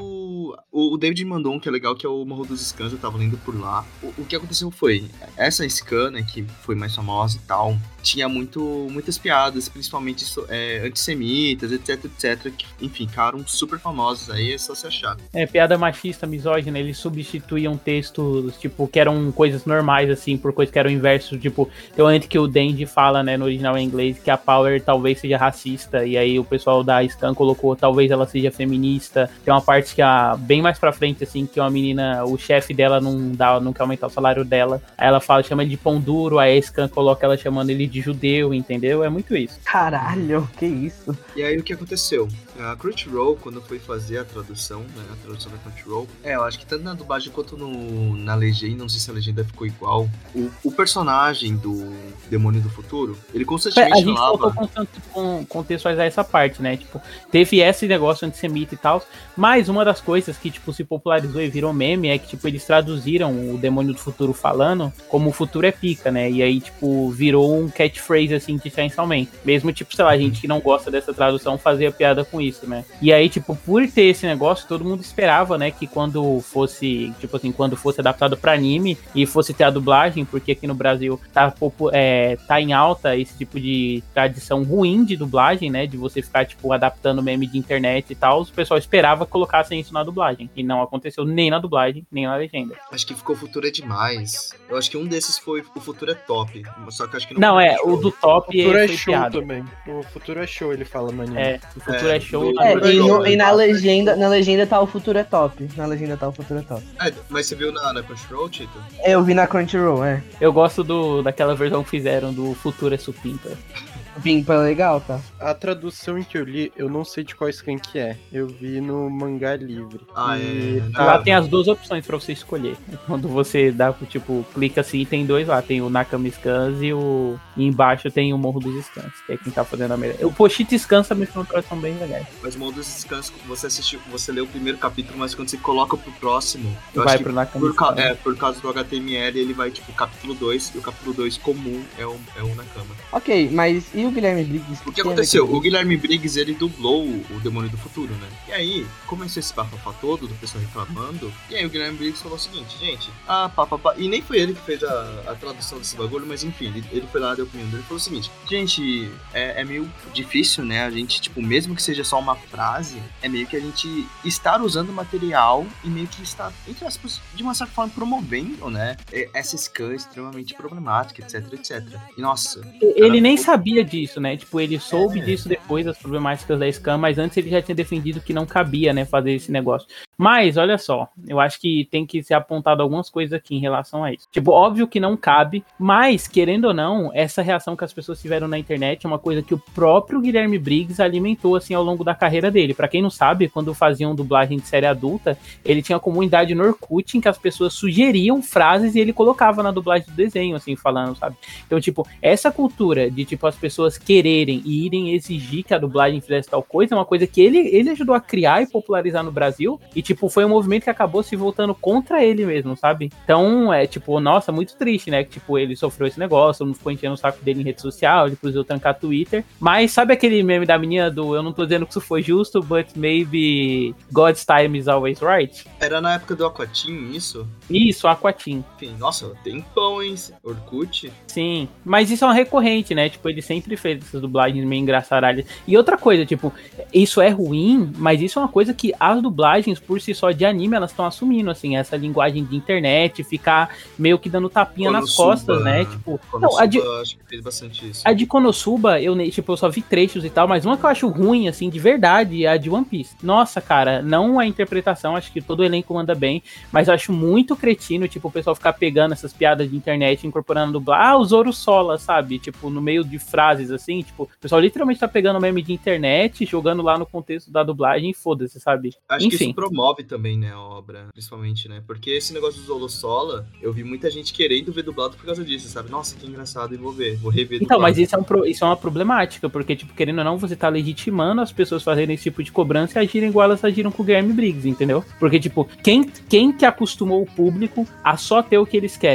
o, o David mandou um que é legal, que é o Morro dos Scans, eu tava lendo por lá. O, o que aconteceu foi, essa scan, né, que foi mais famosa e tal, tinha muito, muitas piadas, principalmente é, antissemitas, etc, etc, que, enfim, ficaram super famosos, aí é só se achar. É, piada machista, misógina, eles substituíam textos, tipo, que eram coisas normais, assim, por coisas que eram inverso, tipo, tem um momento que o Dandy fala, né, no original em inglês, que a Power talvez seja racista, e aí o pessoal da Scan colocou, talvez ela seja feminista. Tem uma parte que, a, bem mais pra frente, assim, que uma menina, o chefe dela não dá, não quer aumentar o salário dela, aí ela fala, chama ele de pão duro, aí a Scan coloca ela chamando ele de judeu, entendeu? É muito isso. Caralho, que isso? E aí o que aconteceu? A Crunchyroll, quando foi fazer a tradução, né, a tradução da Crunchyroll, é, eu acho que tanto na dublagem quanto no, na legenda, não sei se a legenda ficou igual, o, o personagem do Demônio do Futuro, ele constantemente a gente falava... faltou contextualizar essa parte, né, tipo, teve esse negócio antissemita e tal, mas uma das coisas que, tipo, se popularizou e virou meme é que, tipo, eles traduziram o Demônio do Futuro falando como o futuro é pica, né, e aí, tipo, virou um catchphrase, assim, de Chainsaw Man. Mesmo, tipo, sei lá, a gente que não gosta dessa tradução fazia piada com isso, né. E aí, tipo, por ter esse negócio, todo mundo esperava, né, que quando fosse, tipo assim, quando fosse adaptado pra anime e fosse ter a dublagem, porque aqui no Brasil tá, é, tá em alta esse tipo de tradição ruim de dublagem, né, de você ficar, tipo, adaptando meme de internet e tal, o pessoal esperava que colocassem isso na dublagem, e não aconteceu nem na dublagem, nem na legenda. Acho que ficou Futuro é demais. Eu acho que um desses foi o Futuro é top, só que acho que não... Não, é, o do top o Futuro é foi show piada. Também. O Futuro é show, ele fala no anime. É, o Futuro É, é show. do- É, Futuro é e, no- show, e na né? legenda, na legenda tá o futuro é top. Na legenda tá o futuro é top. É, mas você viu na, na Crunchyroll, Tito? É, eu vi na Crunchyroll, é. Eu gosto do, daquela versão que fizeram do Futuro é Supimpa. Pimpa é legal, tá? A tradução que eu li, eu não sei de qual scan que é. Eu vi no Mangá Livre. Ah, E é. tá- Lá tem as duas opções pra você escolher. Quando você dá, tipo, clica assim, tem dois lá. Tem o Nakama Scans e o... E embaixo tem o Morro dos Scans, que é quem tá fazendo a melhor. O Pochita Scans também foi uma tradução bem legal. Mas o Mundo dos Descansos, você assistiu, você leu o primeiro capítulo, mas quando você coloca pro próximo, eu Vai acho pro que Nakama por, ca- Scans. é, por causa do H T M L, ele vai, tipo, capítulo dois, e o capítulo dois comum é o, é o Nakama. Ok, mas e o Guilherme Briggs? O que aconteceu? O Guilherme Briggs, ele dublou o, o Demônio do Futuro, né? E aí, começou esse bafafá todo do pessoal reclamando, e aí o Guilherme Briggs falou o seguinte, gente, ah, pá, pá, pá, e nem foi ele que fez a, a tradução desse bagulho, mas enfim, ele, ele foi lá, deu opinião dele, ele falou o seguinte, gente, é, é meio difícil, né, a gente, tipo, mesmo que seja só uma frase, é meio que a gente estar usando material e meio que estar, entre aspas, de uma certa forma promovendo, né, essa scan extremamente problemática, etc, etc. E nossa... Ele cara, nem foi- sabia disso, né? Tipo, ele soube É. disso depois das problemáticas da Scam, mas antes ele já tinha defendido que não cabia, né, fazer esse negócio. Mas, olha só, eu acho que tem que ser apontado algumas coisas aqui em relação a isso. Tipo, óbvio que não cabe, mas, querendo ou não, essa reação que as pessoas tiveram na internet é uma coisa que o próprio Guilherme Briggs alimentou, assim, ao longo da carreira dele. Pra quem não sabe, quando faziam dublagem de série adulta, ele tinha comunidade no Orkut em que as pessoas sugeriam frases e ele colocava na dublagem do desenho, assim, falando, sabe? Então, tipo, essa cultura de, tipo, as pessoas quererem e irem exigir que a dublagem fizesse tal coisa é uma coisa que ele, ele ajudou a criar e popularizar no Brasil e, tipo, foi um movimento que acabou se voltando contra ele mesmo, sabe? Então, é, tipo, nossa, muito triste, né? Que, tipo, ele sofreu esse negócio, não ficou enchendo o saco dele em rede social, ele precisou trancar Twitter. Mas sabe aquele meme da menina do eu não tô dizendo que isso foi justo, but maybe God's time is always right? Era na época do Aquatim, isso? Isso, Aquatim. Enfim, nossa, tem pão, hein? Orkut. Sim, mas isso é uma recorrente, né? Tipo, ele sempre fez essas dublagens meio engraçaralhas. E outra coisa, tipo, isso é ruim, mas isso é uma coisa que as dublagens, por si só, de anime, elas estão assumindo, assim, essa linguagem de internet, ficar meio que dando tapinha nas Konosuba, costas, né? Tipo, Konosuba, não, a de, acho que fez bastante isso. a de Konosuba, eu, ne- tipo, eu só vi trechos e tal, mas uma que eu acho ruim, assim, de verdade, é a de One Piece. Nossa, cara, não a interpretação, acho que todo o elenco manda bem, mas eu acho muito cretino, tipo, o pessoal ficar pegando essas piadas de internet, incorporando dublagem. Ah, o Zoro Sola, sabe? Tipo, no meio de frases, assim, tipo, o pessoal literalmente tá pegando meme de internet, jogando lá no contexto da dublagem e foda-se, sabe? Acho que Enfim. isso promove também, né, a obra, principalmente, né? Porque esse negócio do Zoro Sola, eu vi muita gente querendo ver dublado por causa disso, sabe? Nossa, que engraçado, e vou ver, vou rever Então, dublado. mas isso é, um pro- isso é uma problemática, porque, tipo, querendo ou não, você tá legitimando as pessoas fazerem esse tipo de cobrança e agirem igual elas agiram com o Guilherme Briggs, entendeu? Porque, tipo, quem, quem que acostumou o público a só ter o que eles querem?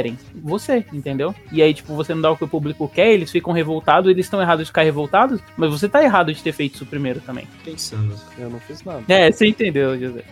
você, entendeu? E aí, tipo, você não dá o que o público quer, eles ficam revoltados, eles estão errados de ficar revoltados, mas você tá errado de ter feito isso primeiro também. Pensando. Eu não fiz nada. É, você entendeu, José.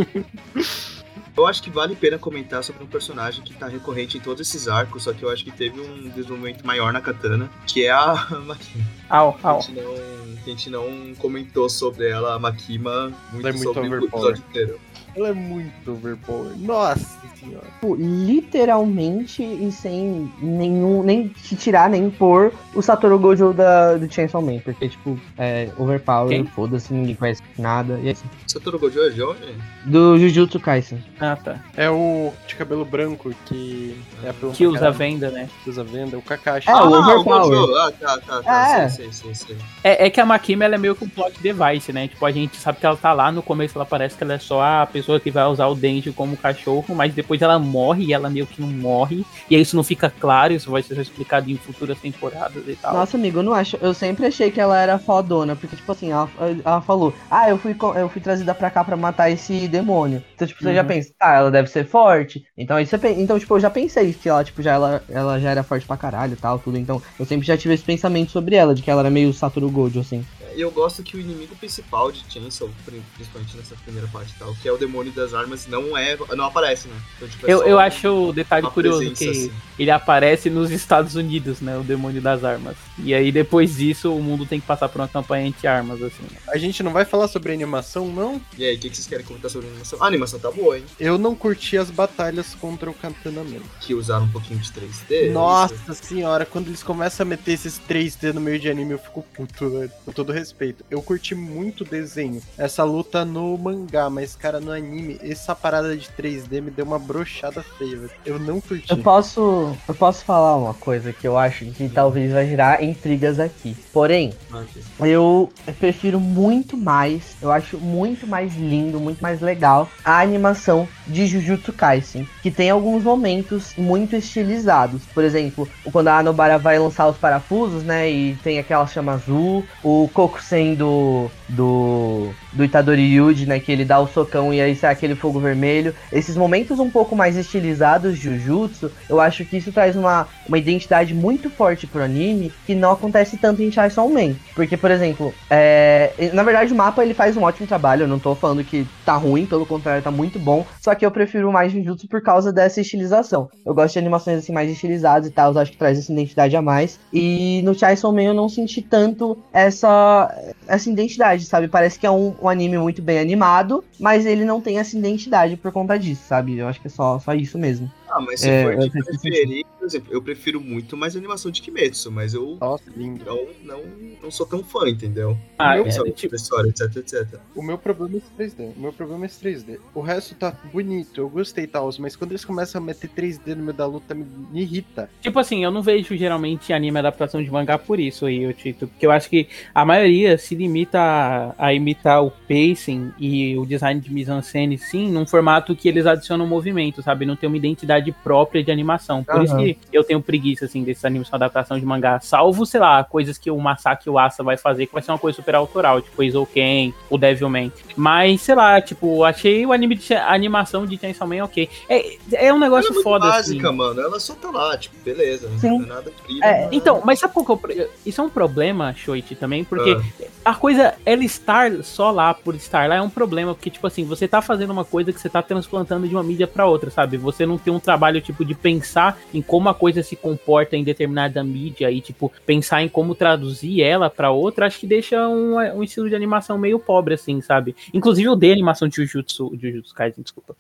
Eu acho que vale a pena comentar sobre um personagem que tá recorrente em todos esses arcos, só que eu acho que teve um desenvolvimento maior na Katana, que é a Makima. Au, A au. gente não, a gente não comentou sobre ela, a Makima, muito, Ela é muito sobre o overpower. episódio inteiro. Ela é muito overpower. Nossa senhora. Tipo, literalmente e sem nenhum, nem te tirar, nem pôr o Satoru Gojo da, do Chainsaw Man, porque, tipo, é overpower, Quem? foda-se, ninguém conhece nada, e assim. Satoru Gojo é de onde? Do Jujutsu Kaisen. Ah, tá. É o de cabelo branco que é pelo Que usa a venda, né? que usa venda, o Kakashi. É, Ah, o o overpower. Gojo! Ah, tá, tá, tá, É. sei, sei, sei, sei. É, é que a Makima, ela é meio que um plot device, né? Tipo, a gente sabe que ela tá lá, no começo ela parece que ela é só a pessoa que vai usar o Denji como cachorro, mas depois ela morre e ela meio que não morre, e aí isso não fica claro, isso vai ser explicado em futuras temporadas e tal. Nossa, amigo, eu não acho. Eu sempre achei que ela era fodona, porque, tipo assim, ela, ela falou, ah, eu fui, co- eu fui trazida pra cá pra matar esse demônio. Então, tipo, você já Uhum. pensa, tá, ela deve ser forte. Então, aí você pe- então, tipo, eu já pensei que ela, tipo, já, ela, ela já era forte pra caralho e tal, tudo. Então, eu sempre já tive esse pensamento sobre ela, de que ela era meio Satoru Gojo, assim. E eu gosto que o inimigo principal de Chainsaw, pri- principalmente nessa primeira parte e tal, que é o demônio das armas, não é, não aparece, né? Então, tipo, é Eu, só eu um- acho o detalhe uma curioso presença, que assim. ele aparece nos Estados Unidos, né? O demônio das armas. E aí depois disso o mundo tem que passar por uma campanha anti-armas, assim. Né? A gente não vai falar sobre animação, não? E aí, o que, que vocês querem comentar sobre a animação? A animação tá boa, hein? Eu não curti as batalhas contra o Katana Man. Que usaram um pouquinho de três D. Nossa senhora, quando eles começam a meter esses três D no meio de anime, eu fico puto, velho. Com todo respeito. Eu curti muito o desenho. Essa luta no mangá, mas, cara, no anime, essa parada de três D me deu uma brochada feia, velho. Eu não curti. Eu posso, eu posso falar uma coisa que eu acho que talvez vai gerar intrigas aqui. Porém, Ok. eu prefiro muito mais, eu acho muito mais lindo, muito mais legal a animação de Jujutsu Kaisen, que tem alguns momentos muito estilizados. Por exemplo, quando a Nobara vai lançar os parafusos, né, e tem aquela chama azul, o Kokusen do, do, do Itadori Yuji, né, que ele dá o socão e aí sai aquele fogo vermelho. Esses momentos um pouco mais estilizados de Jujutsu, eu acho que isso traz uma, uma identidade muito forte pro anime, que não acontece tanto em Chainsaw Man. Porque, por exemplo, é, na verdade o mapa ele faz um ótimo trabalho, eu não tô falando que tá ruim, pelo contrário, tá muito bom, só que eu prefiro mais Jujutsu por causa dessa estilização. Eu gosto de animações assim mais estilizadas e tal, eu acho que traz essa identidade a mais. E no Chainsaw Man eu não senti tanto essa, essa identidade, sabe? Parece que é um, um anime muito bem animado, mas ele não tem essa identidade por conta disso, sabe? Eu acho que é só, só isso mesmo. Ah, mas se É, for eu de sei que preferir, por exemplo, eu prefiro muito mais a animação de Kimetsu, mas eu Nossa, lindo. não, não, não sou tão fã, entendeu? Ah, Não é, sou tipo, história, etc, etcétera. O meu problema é esse três D. O meu problema é esse três D. O resto tá bonito, eu gostei e tal, mas quando eles começam a meter três D no meio da luta, me, me irrita. tipo assim, eu não vejo geralmente anime adaptação de mangá por isso aí, eu Tito, porque eu acho que a maioria se limita a, a imitar o pacing e o design de mise-en-scène, sim, num formato que eles adicionam movimento, sabe? Não tem uma identidade própria de animação. Por Aham. isso que eu tenho preguiça, assim, desses animes com adaptação de mangá, salvo, sei lá, coisas que o Masaki Uasa vai fazer, que vai ser uma coisa super autoral, tipo Eizouken, o Devilman. Mas, sei lá, tipo, achei o anime de, a animação de Chainsaw Man ok. É, é um Ela negócio é muito foda, básica, assim. mano. Ela só tá lá, tipo, beleza. Sim. Não é nada incrível. É, mas- Então, mas sabe qual que é o pro- isso é um problema, Shoichi, também, porque Ah. a coisa, ela estar só lá por estar lá é um problema, porque, tipo assim, você tá fazendo uma coisa que você tá transplantando de uma mídia pra outra, sabe? Você não tem um trabalho, tipo, de pensar em como a coisa se comporta em determinada mídia e, tipo, pensar em como traduzir ela pra outra, acho que deixa um, um estilo de animação meio pobre, assim, sabe? Inclusive eu dei a animação de Jujutsu, de Jujutsu Kaisen, desculpa,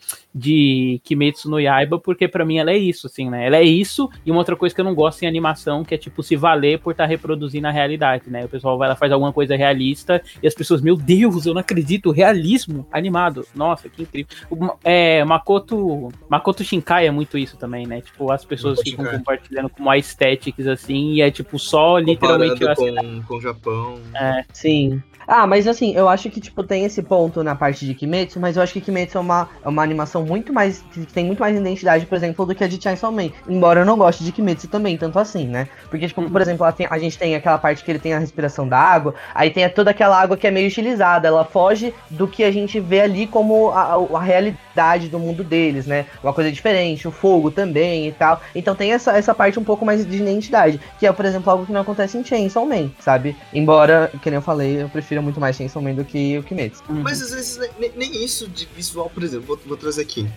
de Kimetsu no Yaiba, porque pra mim ela é isso, assim, né? Ela é isso, e uma outra coisa que eu não gosto em animação, que é, tipo, se valer por estar reproduzindo a realidade, né? O pessoal vai lá, faz alguma coisa realista, e as pessoas, meu Deus, eu não acredito, realismo animado, nossa, que incrível. O, é, Makoto, Makoto Shinkai é muito isso também, né? Tipo, as pessoas Makoto ficam Shinkai. compartilhando como aesthetics, assim, e é, tipo, só literalmente... Comparando assim, com, com o Japão. Sim. Ah, mas assim, eu acho que, tipo, tem esse ponto na parte de Kimetsu, mas eu acho que Kimetsu é uma, é uma animação muito mais, que tem muito mais identidade, por exemplo, do que a de Chainsaw Man. Embora eu não goste de Kimetsu também, tanto assim, né? Porque, tipo, por exemplo, ela tem- a gente tem aquela parte que ele tem a respiração da água, aí tem toda aquela água que é meio estilizada, ela foge do que a gente vê ali como a, a realidade. identidade do mundo deles, né? Uma coisa diferente, o fogo também e tal. Então tem essa, essa parte um pouco mais de identidade, que é, por exemplo, algo que não acontece em Chainsaw Man, sabe? Embora, que nem eu falei, eu prefiro muito mais Chainsaw Man do que o Kimetsu. Uhum. Mas às vezes nem, nem isso de visual, por exemplo, vou, vou trazer aqui.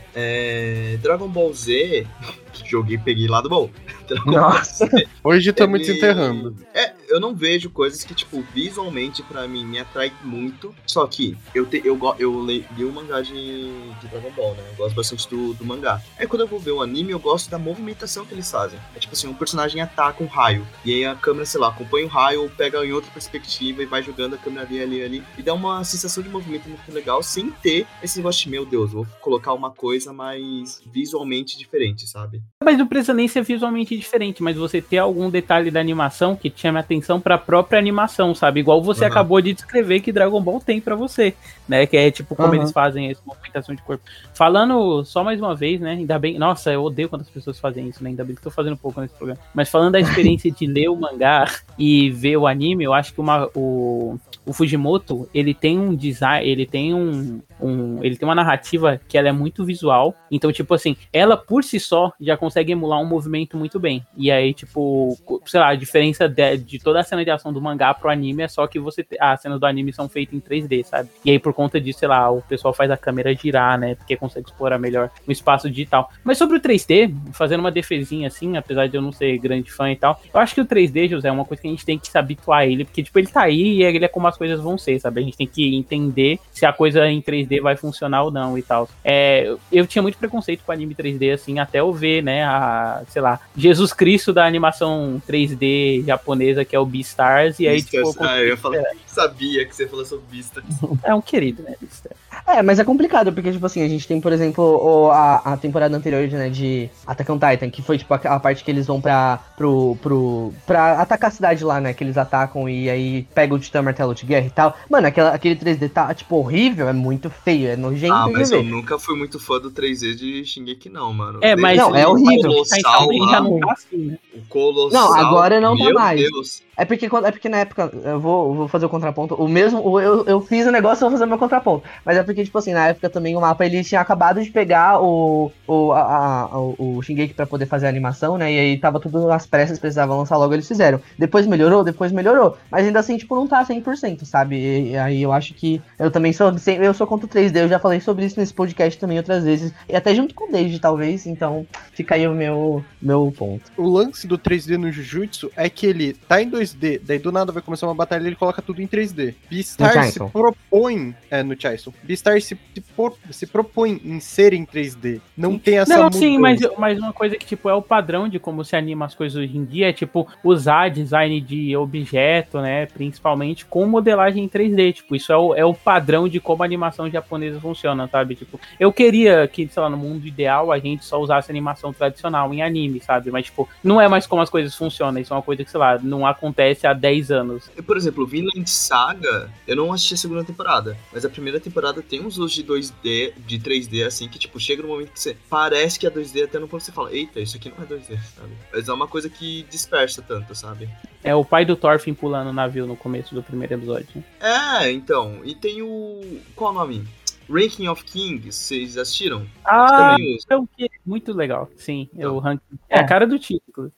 É, Dragon Ball Z, que joguei, peguei lá do bom. Dragon Nossa. Ball Z, Hoje estamos ele... desenterrando. É, eu não vejo coisas que, tipo, visualmente pra mim me atrai muito. Só que eu, te, eu, eu li o mangá de, de Dragon Ball, né? Eu gosto bastante do, do mangá. Aí quando eu vou ver o anime, eu gosto da movimentação que eles fazem. É tipo assim, um personagem ataca um raio. E aí a câmera, sei lá, acompanha o raio ou pega em outra perspectiva e vai jogando a câmera ali, ali, ali. E dá uma sensação de movimento muito legal, sem ter esse negócio de, meu Deus, vou colocar uma coisa mais visualmente diferente, sabe? Mas não precisa nem ser visualmente diferente, mas você ter algum detalhe da animação que te chame a atenção pra própria animação, sabe? Igual você uhum. acabou de descrever que Dragon Ball tem pra você, né? Que é tipo como uhum. eles fazem essa movimentação de corpo. Falando só mais uma vez, né? Ainda bem... Nossa, eu odeio quando as pessoas fazem isso, né? Ainda bem que tô fazendo pouco nesse programa. Mas falando da experiência de ler o mangá e ver o anime, eu acho que uma, o, o Fujimoto, ele tem um design, ele tem um, um... Ele tem uma narrativa que ela é muito visual. Então, tipo assim, ela por si só já consegue emular um movimento muito bem. E aí, tipo, sei lá, a diferença de, de toda a cena de ação do mangá pro anime é só que você as cenas do anime são feitas em três D, sabe? E aí, por conta disso, sei lá, o pessoal faz a câmera girar, né? Porque consegue explorar melhor o espaço digital. Mas sobre o três D, fazendo uma defesinha assim, apesar de eu não ser grande fã e tal, eu acho que o três D, José, é uma coisa que a gente tem que se habituar a ele, porque, tipo, ele tá aí e ele é como as coisas vão ser, sabe? A gente tem que entender se a coisa em três D vai funcionar ou não e tal. É, eu tinha muito preconceito com anime três D, assim, até eu ver, né, a, sei lá, Jesus Cristo da animação três D japonesa, que é o Beastars, e aí, Beastars, tipo... Ah, eu ia falar, sabia que você falou sobre Beastars. É um querido, né, Beastars. É, mas é complicado, porque, tipo assim, a gente tem, por exemplo, o, a, a temporada anterior, né, de Attack on Titan, que foi, tipo, a, a parte que eles vão pra, pro, pro, pra atacar a cidade lá, né, que eles atacam e aí pegam o Titã Martelo de Guerra e tal. Mano, aquela, aquele três D tá, tipo, horrível, é muito feio, é nojento Ah, mas de ver. eu nunca fui muito fã do três D de Shingeki, não, mano. É, mas... Não, é horrível. Colossal, tá, já não tá assim, né? O Colossal... Não, agora não tá mais. Meu Deus. É porque, é porque na época, eu vou, vou fazer o contraponto, o mesmo, eu, eu fiz o negócio, eu vou fazer o meu contraponto, mas é porque, tipo assim, na época também o mapa, ele tinha acabado de pegar o, o, a, a, o Shingeki pra poder fazer a animação, né, e aí tava tudo às pressas, precisavam lançar logo, eles fizeram. Depois melhorou, depois melhorou, mas ainda assim, tipo, não tá cem por cento, sabe, e, e aí eu acho que eu também sou, eu sou contra o três D, eu já falei sobre isso nesse podcast também outras vezes, e até junto com o David, talvez, então fica aí o meu, meu ponto. O lance do três D no Jujutsu é que ele tá em dois D, daí do nada vai começar uma batalha e ele coloca tudo em três D. Beastars se propõe... É, no Chainsaw. Beastars se, se, se propõe em ser em três D. Não tem essa Não, mudança. sim, mas, mas uma coisa que, tipo, é o padrão de como se anima as coisas hoje em dia, é, tipo, usar design de objeto, né, principalmente com modelagem em três D. Tipo, isso é o, é o padrão de como a animação japonesa funciona, sabe? Tipo, eu queria que, sei lá, no mundo ideal a gente só usasse animação tradicional em anime, sabe? Mas, tipo, não é mais como as coisas funcionam. Isso é uma coisa que, sei lá, não acontece há dez anos. Por exemplo, Vinland Saga, eu não assisti a segunda temporada, mas a primeira temporada tem uns usos de dois D, de três D, assim, que, tipo, chega no momento que você parece que é dois D, até no ponto que você fala, eita, isso aqui não é dois D, sabe? Mas é uma coisa que dispersa tanto, sabe? É o pai do Thorfinn pulando o navio no começo do primeiro episódio. É, então, e tem o... qual o nome? Ranking of Kings, vocês assistiram? Ah, é muito legal, sim. Então. O ranking é a cara do título.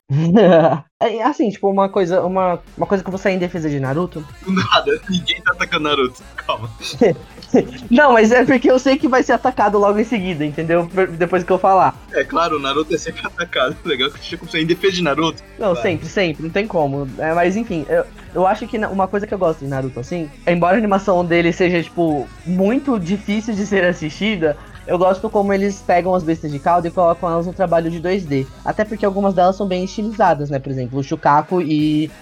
É, assim, tipo, uma coisa, uma, uma coisa que eu vou sair em defesa de Naruto. Nada, ninguém tá atacando Naruto, calma. Não, mas é porque eu sei que vai ser atacado logo em seguida, entendeu? Depois que eu falar. É claro, o Naruto é sempre atacado. Legal que eu sair em defesa de Naruto. Não, vai. sempre, sempre, não tem como. É, mas enfim, eu, eu acho que uma coisa que eu gosto de Naruto, assim, embora a animação dele seja, tipo, muito difícil de ser assistida, eu gosto como eles pegam as bestas de caldo e colocam elas no trabalho de dois D. Até porque algumas delas são bem estilizadas, né? Por exemplo, o Shukaku e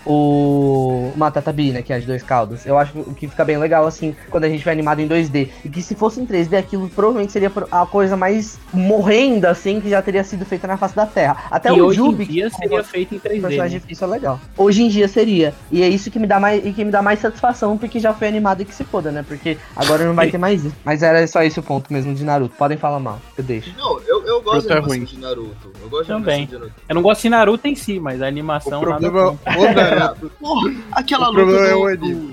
o Matatabi, né? Que é as dois caldos. Eu acho que fica bem legal, assim, quando a gente vai animado em dois D. E que se fosse em três D, aquilo provavelmente seria a coisa mais morrenda, assim, que já teria sido feita na face da Terra. Até e o hoje Jubi, em dia seria feito em três D. Mais né? difícil é legal. Hoje em dia seria. E é isso que me dá mais, e que me dá mais satisfação, porque já foi animado e que se foda, né? Porque agora não vai ter mais isso. Mas era só esse o ponto mesmo de Naruto. Podem falar mal, eu deixo. Não, eu, eu gosto da animação ruim. de Naruto. Eu gosto Também. de Naruto. Eu não gosto de Naruto em si, mas a animação... O problema nada é o Naruto. Porra, aquela O problema luta é do, o do, anime.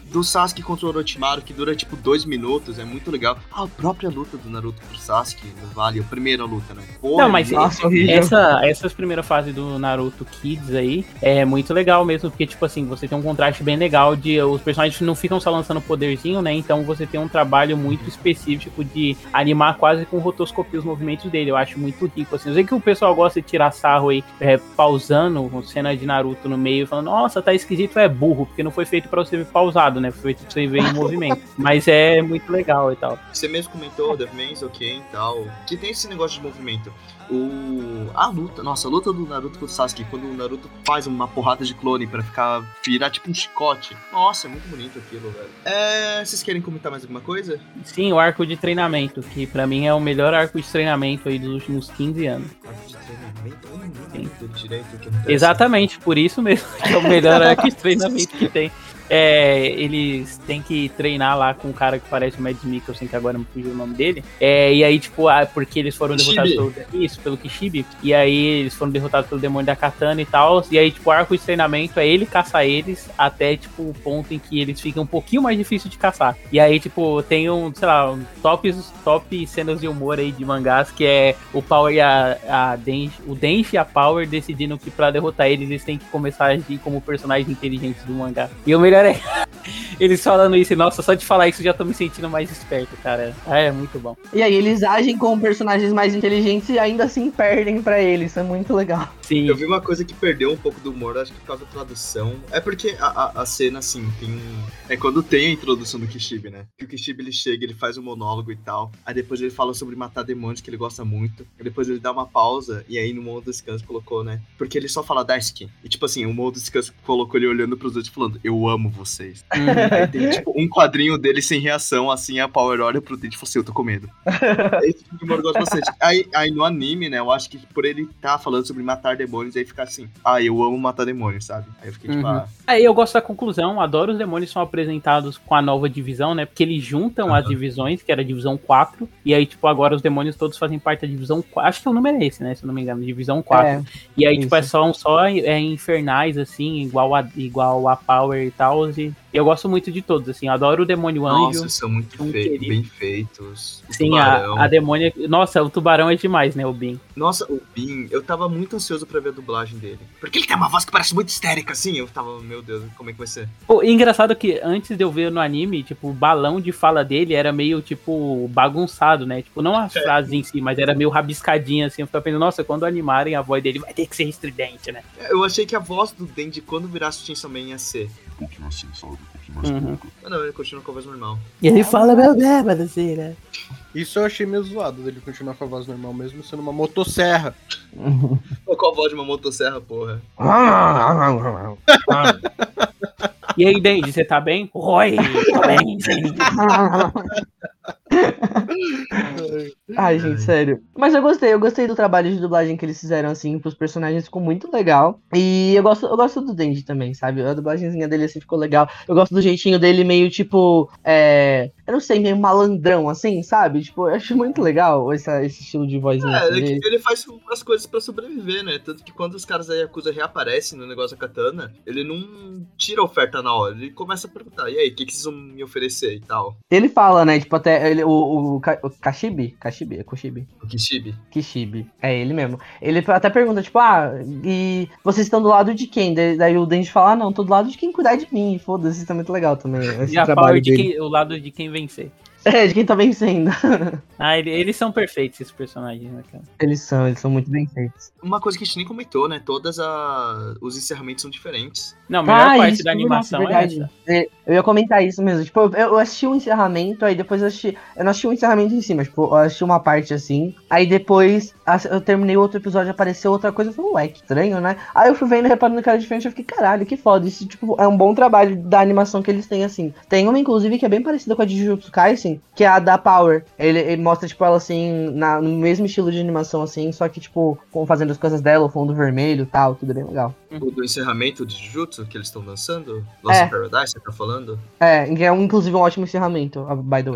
do Sasuke contra o Orochimaru, que dura tipo dois minutos, é muito legal. Ah, a própria luta do Naruto pro Sasuke no Vale, a primeira luta, né? Porra, não, mas nossa, essa, essas primeiras fases do Naruto Kids aí é muito legal mesmo, porque, tipo assim, você tem um contraste bem legal de os personagens não ficam só lançando poderzinho, né? Então você tem um trabalho muito específico de animar quase com rotoscopia os movimentos dele. Eu acho muito rico, assim. Eu sei que o pessoal gosta de tirar sarro aí, é, pausando cena de Naruto no meio, falando, nossa, tá esquisito, é burro, porque não foi feito pra você ver pausado, né? Foi feito pra você ver em movimento. Mas é muito legal e tal. Você mesmo comentou, Devilman's ok e tal, que tem esse negócio de movimento. O... A luta, nossa, a luta do Naruto com o Sasuke, quando o Naruto faz uma porrada de clone pra ficar, virar tipo um chicote. Nossa, é muito bonito aquilo, velho. É... Vocês querem comentar mais alguma coisa? Sim, o arco de treinamento, que pra mim é o melhor arco de treinamento aí dos últimos quinze anos. Arco de treinamento? Eu não Sim. lembro direito o que acontece. Exatamente, por isso mesmo que é o melhor arco de treinamento que tem. É, eles têm que treinar lá com um cara que parece o Mads Mikkelsen, que agora me fugiu o nome dele. É, e aí, tipo, ah, porque eles foram derrotados pelo, isso, pelo Kishibe. E aí eles foram derrotados pelo demônio da Katana e tal. E aí, tipo, o arco de treinamento é ele caçar eles até, tipo, o ponto em que eles ficam um pouquinho mais difícil de caçar. E aí, tipo, tem um, sei lá, um top, top cenas de humor aí de mangás, que é o Power e a, a Denji, o Denji e a Power decidindo que pra derrotar eles, eles têm que começar a agir como personagens inteligentes do mangá. E o melhor é eles falando isso, e nossa, só de falar isso já tô me sentindo mais esperto, cara. Ah, é muito bom. E aí eles agem como personagens mais inteligentes e ainda assim perdem pra eles, isso é muito legal. Sim. Eu vi uma coisa que perdeu um pouco do humor, acho que por causa da tradução. É porque a, a, a cena, assim, tem... É quando tem a introdução do Kishibe, né? Que o Kishibe, ele chega, ele faz um monólogo e tal. Aí depois ele fala sobre matar demônios, que ele gosta muito. Aí depois ele dá uma pausa, e aí no modo descanso colocou, né? Porque ele só fala Daisuke. E tipo assim, o modo descanso colocou ele olhando pros outros falando, eu amo vocês. Uhum. Aí tem tipo um quadrinho dele sem reação, assim, a Power olha pro dente e fala assim, eu tô com medo. Esse tipo de humor eu gosto bastante. Aí, aí no anime, né, eu acho que por ele tá falando sobre matar demônios, aí fica assim, ah, eu amo matar demônios, sabe? Aí eu fiquei tipo, uhum. ah... Aí eu gosto da conclusão, adoro os demônios são apresentados com a nova divisão, né, porque eles juntam uhum. as divisões, que era a divisão quatro, e aí, tipo, agora os demônios todos fazem parte da divisão quatro, acho que o número é esse, né, se eu não me engano, divisão quatro. É, e aí, isso. tipo, é só, só é, infernais, assim, igual a, igual a Power e tal, e eu gosto muito de todos, assim, eu adoro o Demônio Anjo. Nossa, são muito um fei- bem feitos. O Sim, a, a demônia... Nossa, o tubarão é demais, né, o Bin. Nossa, o Bin, eu tava muito ansioso pra ver a dublagem dele. Porque ele tem uma voz que parece muito histérica, assim, eu tava, meu Deus, como é que vai ser? Pô, engraçado que antes de eu ver no anime, tipo, o balão de fala dele era meio, tipo, bagunçado, né? Tipo, não as é. frases em si, mas era meio rabiscadinha, assim, eu ficava pensando, nossa, quando animarem a voz dele vai ter que ser estridente, né? Eu achei que a voz do Denji, quando virasse o Chainsaw Man, ia ser... Um pouquinho assim, sabe? Um pouquinho mais uhum. pouco. Mas não, ele continua com a voz normal. E ele fala meu bêbado, assim, né? Isso eu achei meio zoado, dele continuar com a voz normal, mesmo sendo uma motosserra. Qual a voz de uma motosserra, porra? E aí, Denji, você tá bem? Oi, tô bem, sim. Ai, gente, sério. Mas eu gostei, eu gostei do trabalho de dublagem que eles fizeram, assim, pros personagens, ficou muito legal. E eu gosto, eu gosto do Denji também, sabe? A dublagenzinha dele, assim, ficou legal. Eu gosto do jeitinho dele meio, tipo, é... eu não sei, meio malandrão, assim, sabe? Tipo, eu acho muito legal esse, esse estilo de vozinha. É, assim, ele, dele. ele faz as coisas pra sobreviver, né? Tanto que quando os caras da Yakuza reaparecem no negócio da katana, ele não tira a oferta na hora, ele começa a perguntar, e aí, o que, que vocês vão me oferecer e tal? Ele fala, né, tipo, até ele, o, o, o Kashibi, Kashibi, é Kushibi. O Kishibe. Kishibi, é ele mesmo. Ele até pergunta, tipo, ah, e vocês estão do lado de quem? Daí o Denji fala, ah, não, tô do lado de quem cuidar de mim, foda-se, isso tá muito legal também, esse e a trabalho Power de dele. quem, o lado de quem vencer. É, de quem tá vencendo. Ah, ele, eles são perfeitos, esses personagens, né, cara? Eles são, eles são muito bem feitos. Uma coisa que a gente nem comentou, né? Todas a... os encerramentos são diferentes. Não, a melhor ah, parte isso, da animação nossa, é essa. É, eu ia comentar isso mesmo. Tipo, eu, eu assisti o um encerramento, aí depois eu assisti... Eu não assisti o um encerramento em cima, tipo, eu assisti uma parte assim, aí depois eu terminei outro episódio, apareceu outra coisa, eu falei, ué, que estranho, né? Aí eu fui vendo, reparando que era diferente, eu fiquei, caralho, que foda. Isso, tipo, é um bom trabalho da animação que eles têm, assim. Tem uma, inclusive, que é bem parecida com a de Jujutsu Kaisen, que é a da Power. Ele, ele mostra, tipo, ela, assim, na, no mesmo estilo de animação, assim, só que, tipo, fazendo as coisas dela, o fundo vermelho e tal, tudo bem legal. O do encerramento de Jujutsu, que eles estão dançando? Lost É. Paradise, você tá falando? É, que é um, inclusive um ótimo encerramento, by the way. Uhum.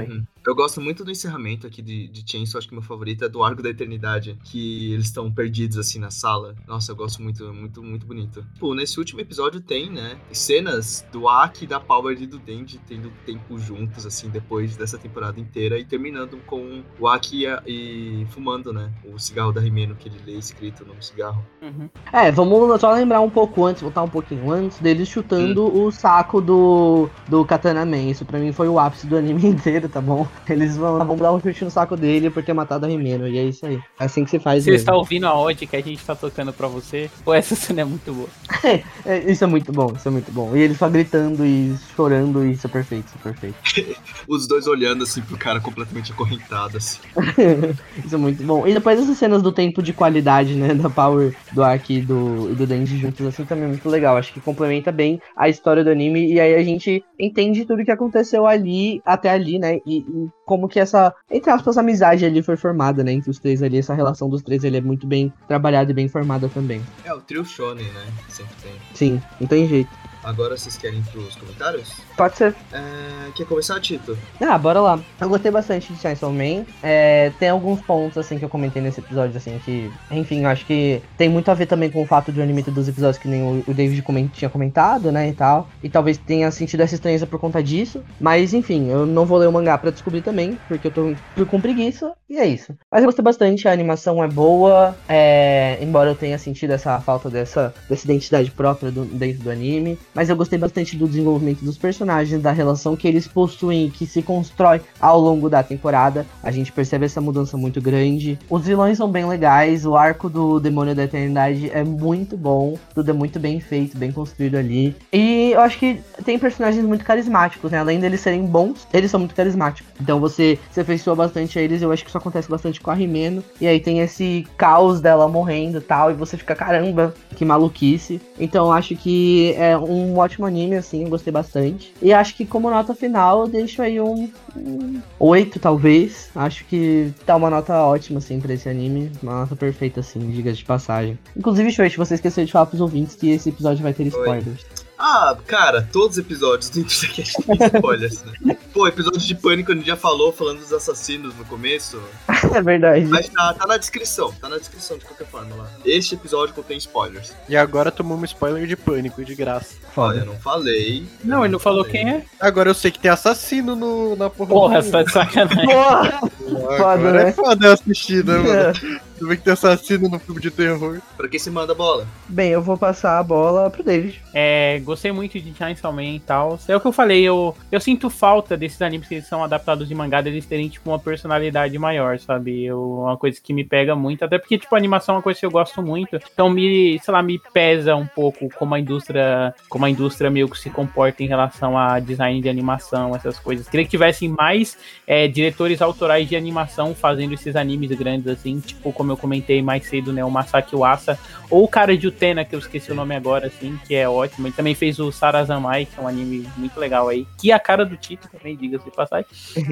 Eu gosto muito do encerramento aqui de, de Chainsaw, acho que meu favorito é do Arco da Eternidade, que eles estão perdidos assim na sala. Nossa, eu gosto muito, muito, muito bonito. Pô, nesse último episódio tem, né, cenas do Aki, da Power e do Denji tendo tempo juntos, assim, depois dessa temporada inteira, e terminando com o Aki e, e fumando, né, o cigarro da Rimeno, que ele lê escrito no cigarro. Uhum. É, vamos só lembrar um pouco antes, voltar um pouquinho antes, deles chutando hum. o saco do, do Katana Man. Isso pra mim foi o ápice do anime inteiro, tá bom? Eles vão, vão dar um chute no saco dele por ter matado a Rimeno, e é isso aí. É assim que se faz. Você mesmo. está ouvindo a ode que a gente tá tocando pra você? Ou essa cena é muito boa? é, isso é muito bom, isso é muito bom. E ele só gritando e chorando, e isso é perfeito, isso é perfeito. Os dois olhando assim pro cara completamente acorrentado, assim. Isso é muito bom. E depois essas cenas do tempo de qualidade, né, da Power, do Aki e do, e do Denji juntos, assim, também é muito legal. Acho que complementa bem a história do anime, e aí a gente entende tudo que aconteceu ali, até ali, né, e, e como que essa, entre aspas, amizade ali foi formada, né, entre os três ali. Essa relação dos três ali é muito bem trabalhada e bem formada também. É, o trio shonen, né, sempre tem. Sim, não tem jeito. Agora vocês querem ir pros comentários? Pode ser. É... Quer começar, Tito? Ah, bora lá. Eu gostei bastante de Chainsaw Man. É, tem alguns pontos, assim, que eu comentei nesse episódio, assim, que... Enfim, eu acho que tem muito a ver também com o fato de o anime ter dos episódios que nem o, o David coment, tinha comentado, né, e tal. E talvez tenha sentido essa estranheza por conta disso. Mas, enfim, eu não vou ler o mangá pra descobrir também, porque eu tô com preguiça, e é isso. Mas eu gostei bastante, a animação é boa, é... embora eu tenha sentido essa falta dessa, dessa identidade própria do, dentro do anime. Mas eu gostei bastante do desenvolvimento dos personagens, da relação que eles possuem, que se constrói ao longo da temporada. A gente percebe essa mudança muito grande. Os vilões são bem legais, o arco do Demônio da Eternidade é muito bom, tudo é muito bem feito, bem construído ali. E eu acho que tem personagens muito carismáticos, né? Além deles serem bons, eles são muito carismáticos. Então você se afeiçoa bastante a eles, eu acho que isso acontece bastante com a Rimeno. E aí tem esse caos dela morrendo e tal, e você fica, caramba, que maluquice. Então eu acho que é um ótimo anime, assim, eu gostei bastante. E acho que como nota final eu deixo aí um, um oito, talvez. Acho que tá uma nota ótima, assim, pra esse anime. Uma nota perfeita, assim, diga de passagem. Inclusive, Shoichi, você esqueceu de falar pros ouvintes que esse episódio vai ter spoilers. Ah, cara, todos os episódios do Intercast tem spoilers, né? Pô, episódio de Pânico a gente já falou, falando dos assassinos no começo. É verdade. Mas tá, tá na descrição, tá na descrição de qualquer forma lá. Este episódio contém spoilers. E agora tomamos um spoiler de Pânico, de graça. Olha, eu não falei. Não, ele não, não falou quem é. Agora eu sei que tem assassino no, na porra. Porra, você tá de sacanagem. Porra! Agora Foda, é né? foda eu assistir, né, mano? Tu vê que tem assassino no filme de terror. Pra quem se manda a bola? Bem, eu vou passar a bola pro David. É, gostei muito de Chainsaw Man e tal. É o que eu falei, eu, eu sinto falta desses animes que eles são adaptados de mangá, deles terem, tipo, uma personalidade maior, sabe? Eu, uma coisa que me pega muito, até porque, tipo, a animação é uma coisa que eu gosto muito. Então, me, sei lá, me pesa um pouco como a indústria, como a indústria meio que se comporta em relação a design de animação, essas coisas. Queria que tivessem mais é, diretores autorais de animação fazendo esses animes grandes, assim, tipo, como eu comentei mais cedo, né, o Masaki Uasa, ou o cara de Utena, que eu esqueci o nome agora, assim, que é ótimo. Ele também fez o Sarazanmai, que é um anime muito legal aí, que é a cara do Tito também, diga-se de passagem.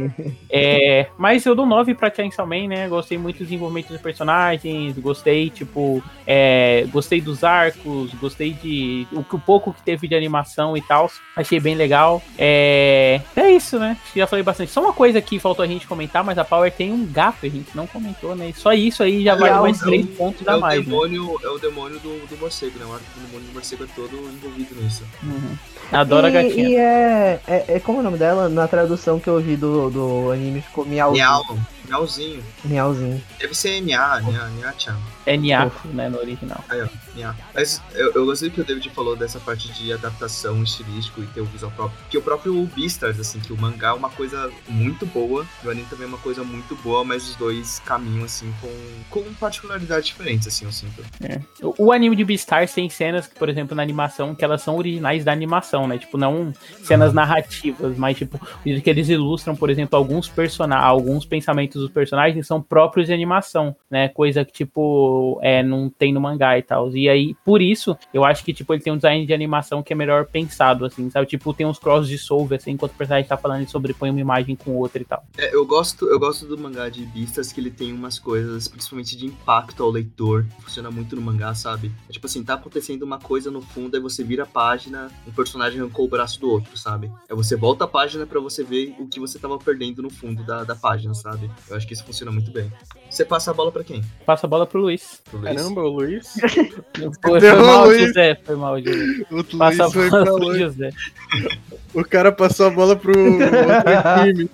é, mas eu dou nove pra Chainsaw Man, né, gostei muito do desenvolvimento dos personagens, gostei, tipo, é, gostei dos arcos, gostei de o, o pouco que teve de animação e tal, achei bem legal. É, é isso, né, já falei bastante. Só uma coisa que faltou a gente comentar, mas a Power tem um gato, a gente não comentou, né, só isso aí já vale mais três pontos a mais, né. É o demônio do, do morcego, né? O arco do demônio do morcego é todo envolvido nisso. Uhum. Adoro e, a gatinha. E é, é, é. Como é o nome dela? Na tradução que eu ouvi do, do anime ficou Miauzinho. Miau. Miauzinho. Miauzinho. Deve ser Nya, Nya, Nya-chan. É Nyaku, né, no original. Aí, ó, Nya. Mas eu, eu gostei que o David falou dessa parte de adaptação estilístico e ter o visual próprio. Que o próprio Beastars, assim, que o mangá é uma coisa muito boa, o anime também é uma coisa muito boa, mas os dois caminham, assim, com, com particularidades diferentes, assim, eu sinto. É. O, o anime de Beastars tem cenas, por exemplo, na animação, que elas são originais da animação, né? Tipo, não cenas narrativas, mas, tipo, que eles ilustram, por exemplo, alguns personagens, alguns pensamentos dos personagens são próprios de animação, né? Coisa que, tipo, é, não tem no mangá e tal. E aí, por isso, eu acho que, tipo, ele tem um design de animação que é melhor pensado, assim, sabe? Tipo, tem uns cross dissolve, assim, enquanto o personagem tá falando, ele sobrepõe uma imagem com outra e tal. É, eu gosto, eu gosto do mangá de Beastars, que ele tem umas coisas, principalmente de impacto ao leitor. Funciona muito no mangá, sabe? É tipo assim, tá acontecendo uma coisa no fundo, aí você vira a página, um personagem arrancou o braço do outro, sabe? Aí você volta a página pra você ver o que você tava perdendo no fundo da, da página, sabe? Eu acho que isso funciona muito bem. Você passa a bola pra quem? Passa a bola pro Luiz. Pro Luiz? Caramba, o Luiz. Foi, foi mal, Luiz. José. Foi mal, José. O Passa a Luiz foi bola pra pro longe. José. O cara passou a bola pro outro time.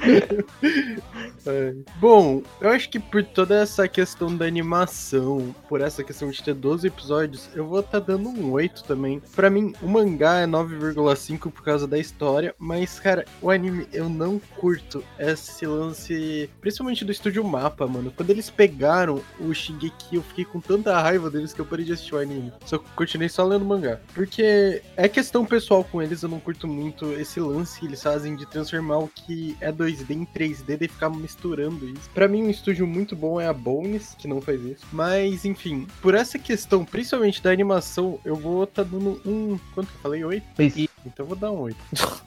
É. Bom, eu acho que por toda essa questão da animação, por essa questão de ter doze episódios, eu vou estar tá dando um oito também. Pra mim, o mangá é nove vírgula cinco por causa da história, mas, cara, o anime eu não curto esse lance, principalmente do Estúdio Mapa, mano. Quando eles pegaram o Shingeki, eu fiquei com tanta raiva deles que eu parei de assistir o anime. Só continuei só lendo mangá. Porque é questão pessoal com eles, eu não curto muito esse lance que eles fazem de transformar o que é dois D em três D e ficar misturando isso. Pra mim, um estúdio muito bom é a Bones, que não faz isso. Mas, enfim, por essa questão, principalmente da animação, eu vou estar tá dando um... Quanto que eu falei? oito? Isso. Então eu vou dar um oito.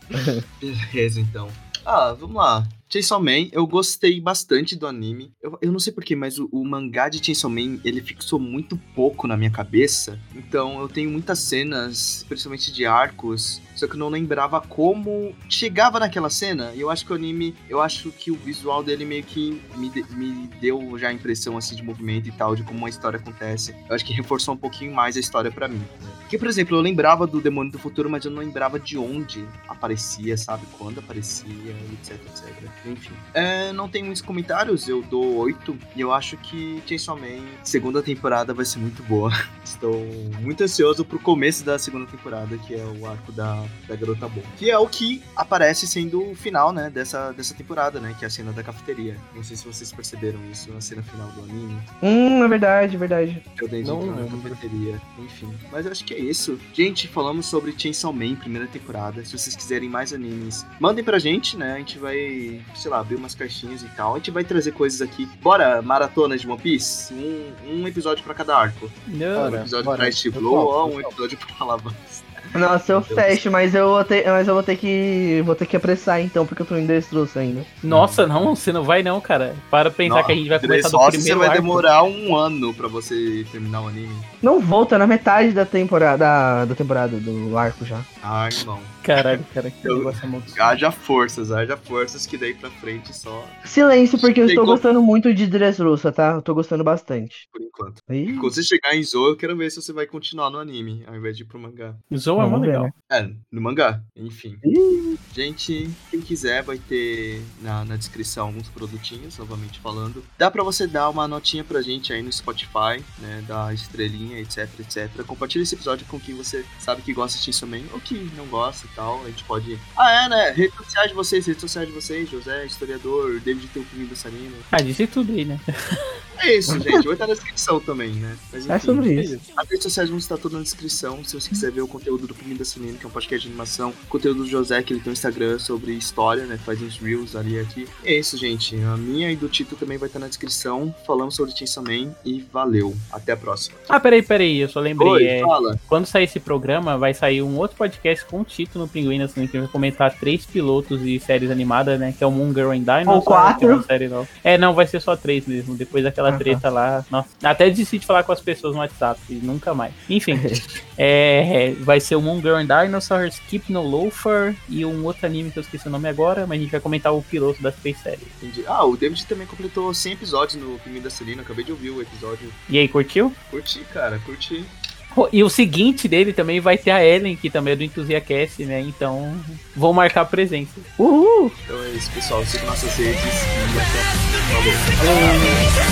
Beleza, então. Ah, vamos lá. Chainsaw Man, eu gostei bastante do anime. Eu, eu não sei porquê, mas o, o mangá de Chainsaw Man, ele fixou muito pouco na minha cabeça. Então eu tenho muitas cenas, principalmente de arcos, só que eu não lembrava como chegava naquela cena. E eu acho que o anime, eu acho que o visual dele meio que me, de, me deu já a impressão assim de movimento e tal, de como a história acontece. Eu acho que reforçou um pouquinho mais a história pra mim. Porque, por exemplo, eu lembrava do Demônio do Futuro, mas eu não lembrava de onde aparecia, sabe? Quando aparecia, etc, etcétera. Enfim. É, não tem muitos comentários, eu dou oito. E eu acho que Chainsaw Man, segunda temporada, vai ser muito boa. Estou muito ansioso pro começo da segunda temporada, que é o arco da, da Garota Bom. Que é o que aparece sendo o final, né, dessa, dessa temporada, né? Que é a cena da cafeteria. Não sei se vocês perceberam isso na cena final do anime. Hum, é verdade, é verdade. Eu dei de Não entrar na lembro. cafeteria. Enfim. Mas eu acho que é isso. Gente, falamos sobre Chainsaw Man, primeira temporada. Se vocês quiserem mais animes, mandem pra gente, né? A gente vai, sei lá, abrir umas caixinhas e tal. A gente vai trazer coisas aqui. Bora, maratona de One Piece? Um, um episódio pra cada arco. Não. Um episódio bora. pra Steve Eu Blow topo, ou eu um topo. episódio pra Alabasta. Nossa, eu Meu Deus. fecho, mas eu vou ter, mas eu vou ter que. Vou ter que apressar então, porque eu tô em Dressrosa ainda. Nossa, não, você não vai não, cara. Para pensar que a gente vai começar do Dressrosa, primeiro você vai arco. demorar um ano pra você terminar o anime. Não volta na metade da temporada da, da temporada do arco já. Ah, irmão. Caralho, cara, que Eu- negócio amaldiçoado. Haja forças, haja forças que daí pra frente só Silêncio, porque eu Tem estou como- gostando muito de Dressrosa, tá? Eu tô gostando bastante. por enquanto. Ih, Quando você chegar em Zou, eu quero ver se você vai continuar no anime, ao invés de ir pro mangá. Zou é Vamos mó ver, legal. né? É, no mangá, enfim. Ih. Gente, quem quiser vai ter na, na descrição alguns produtinhos, novamente falando. Dá pra você dar uma notinha pra gente aí no Spotify, né, dar estrelinha, etc, etcétera. Compartilha esse episódio com quem você sabe que gosta de Chainsaw Man ou que não gosta e tal. A gente pode... Ah, é, né? Redes sociais de vocês, redes sociais de vocês, José, historiador, David tem o filme do Sarino. Ah, disse tudo aí, né? É isso, gente. Vai estar na descrição também, né? Mas, enfim, É sobre isso. As redes sociais vão estar todas na descrição. Se você quiser ver o conteúdo do Pinguim da Cinema, que é um podcast de animação, o conteúdo do José, que ele tem um Instagram sobre história, né? Faz uns reels ali aqui. É isso, gente. A minha e do Tito também vai estar na descrição. Falamos sobre Chainsaw Man e valeu. Até a próxima. Ah, peraí, peraí, eu só lembrei. Oi, é, fala. quando sair esse programa, vai sair um outro podcast com o Tito no Pinguim, assim, que vai comentar três pilotos de séries animadas, né? Que é o Moon Girl and Dinosaur. Ou quatro. que é uma série nova. É, não, vai ser só três mesmo. Depois daquela Ah, tá. treta lá. Nossa, até desisti de falar com as pessoas no WhatsApp. Nunca mais. Enfim, é, vai ser o Moon Girl and Dinosaur, Skip No Loafer e um outro anime que eu esqueci o nome agora, mas a gente vai comentar o piloto das três séries. Entendi. Ah, o David também completou cem episódios no Pinguim da Celina. Acabei de ouvir o episódio. E aí, curtiu? Curti, cara. Curti. E o seguinte dele também vai ter a Ellen, que também é do Enthusiacast, né? Então, vou marcar presença. Uhul! Então é isso, pessoal. Siga nossas redes e até. Falou.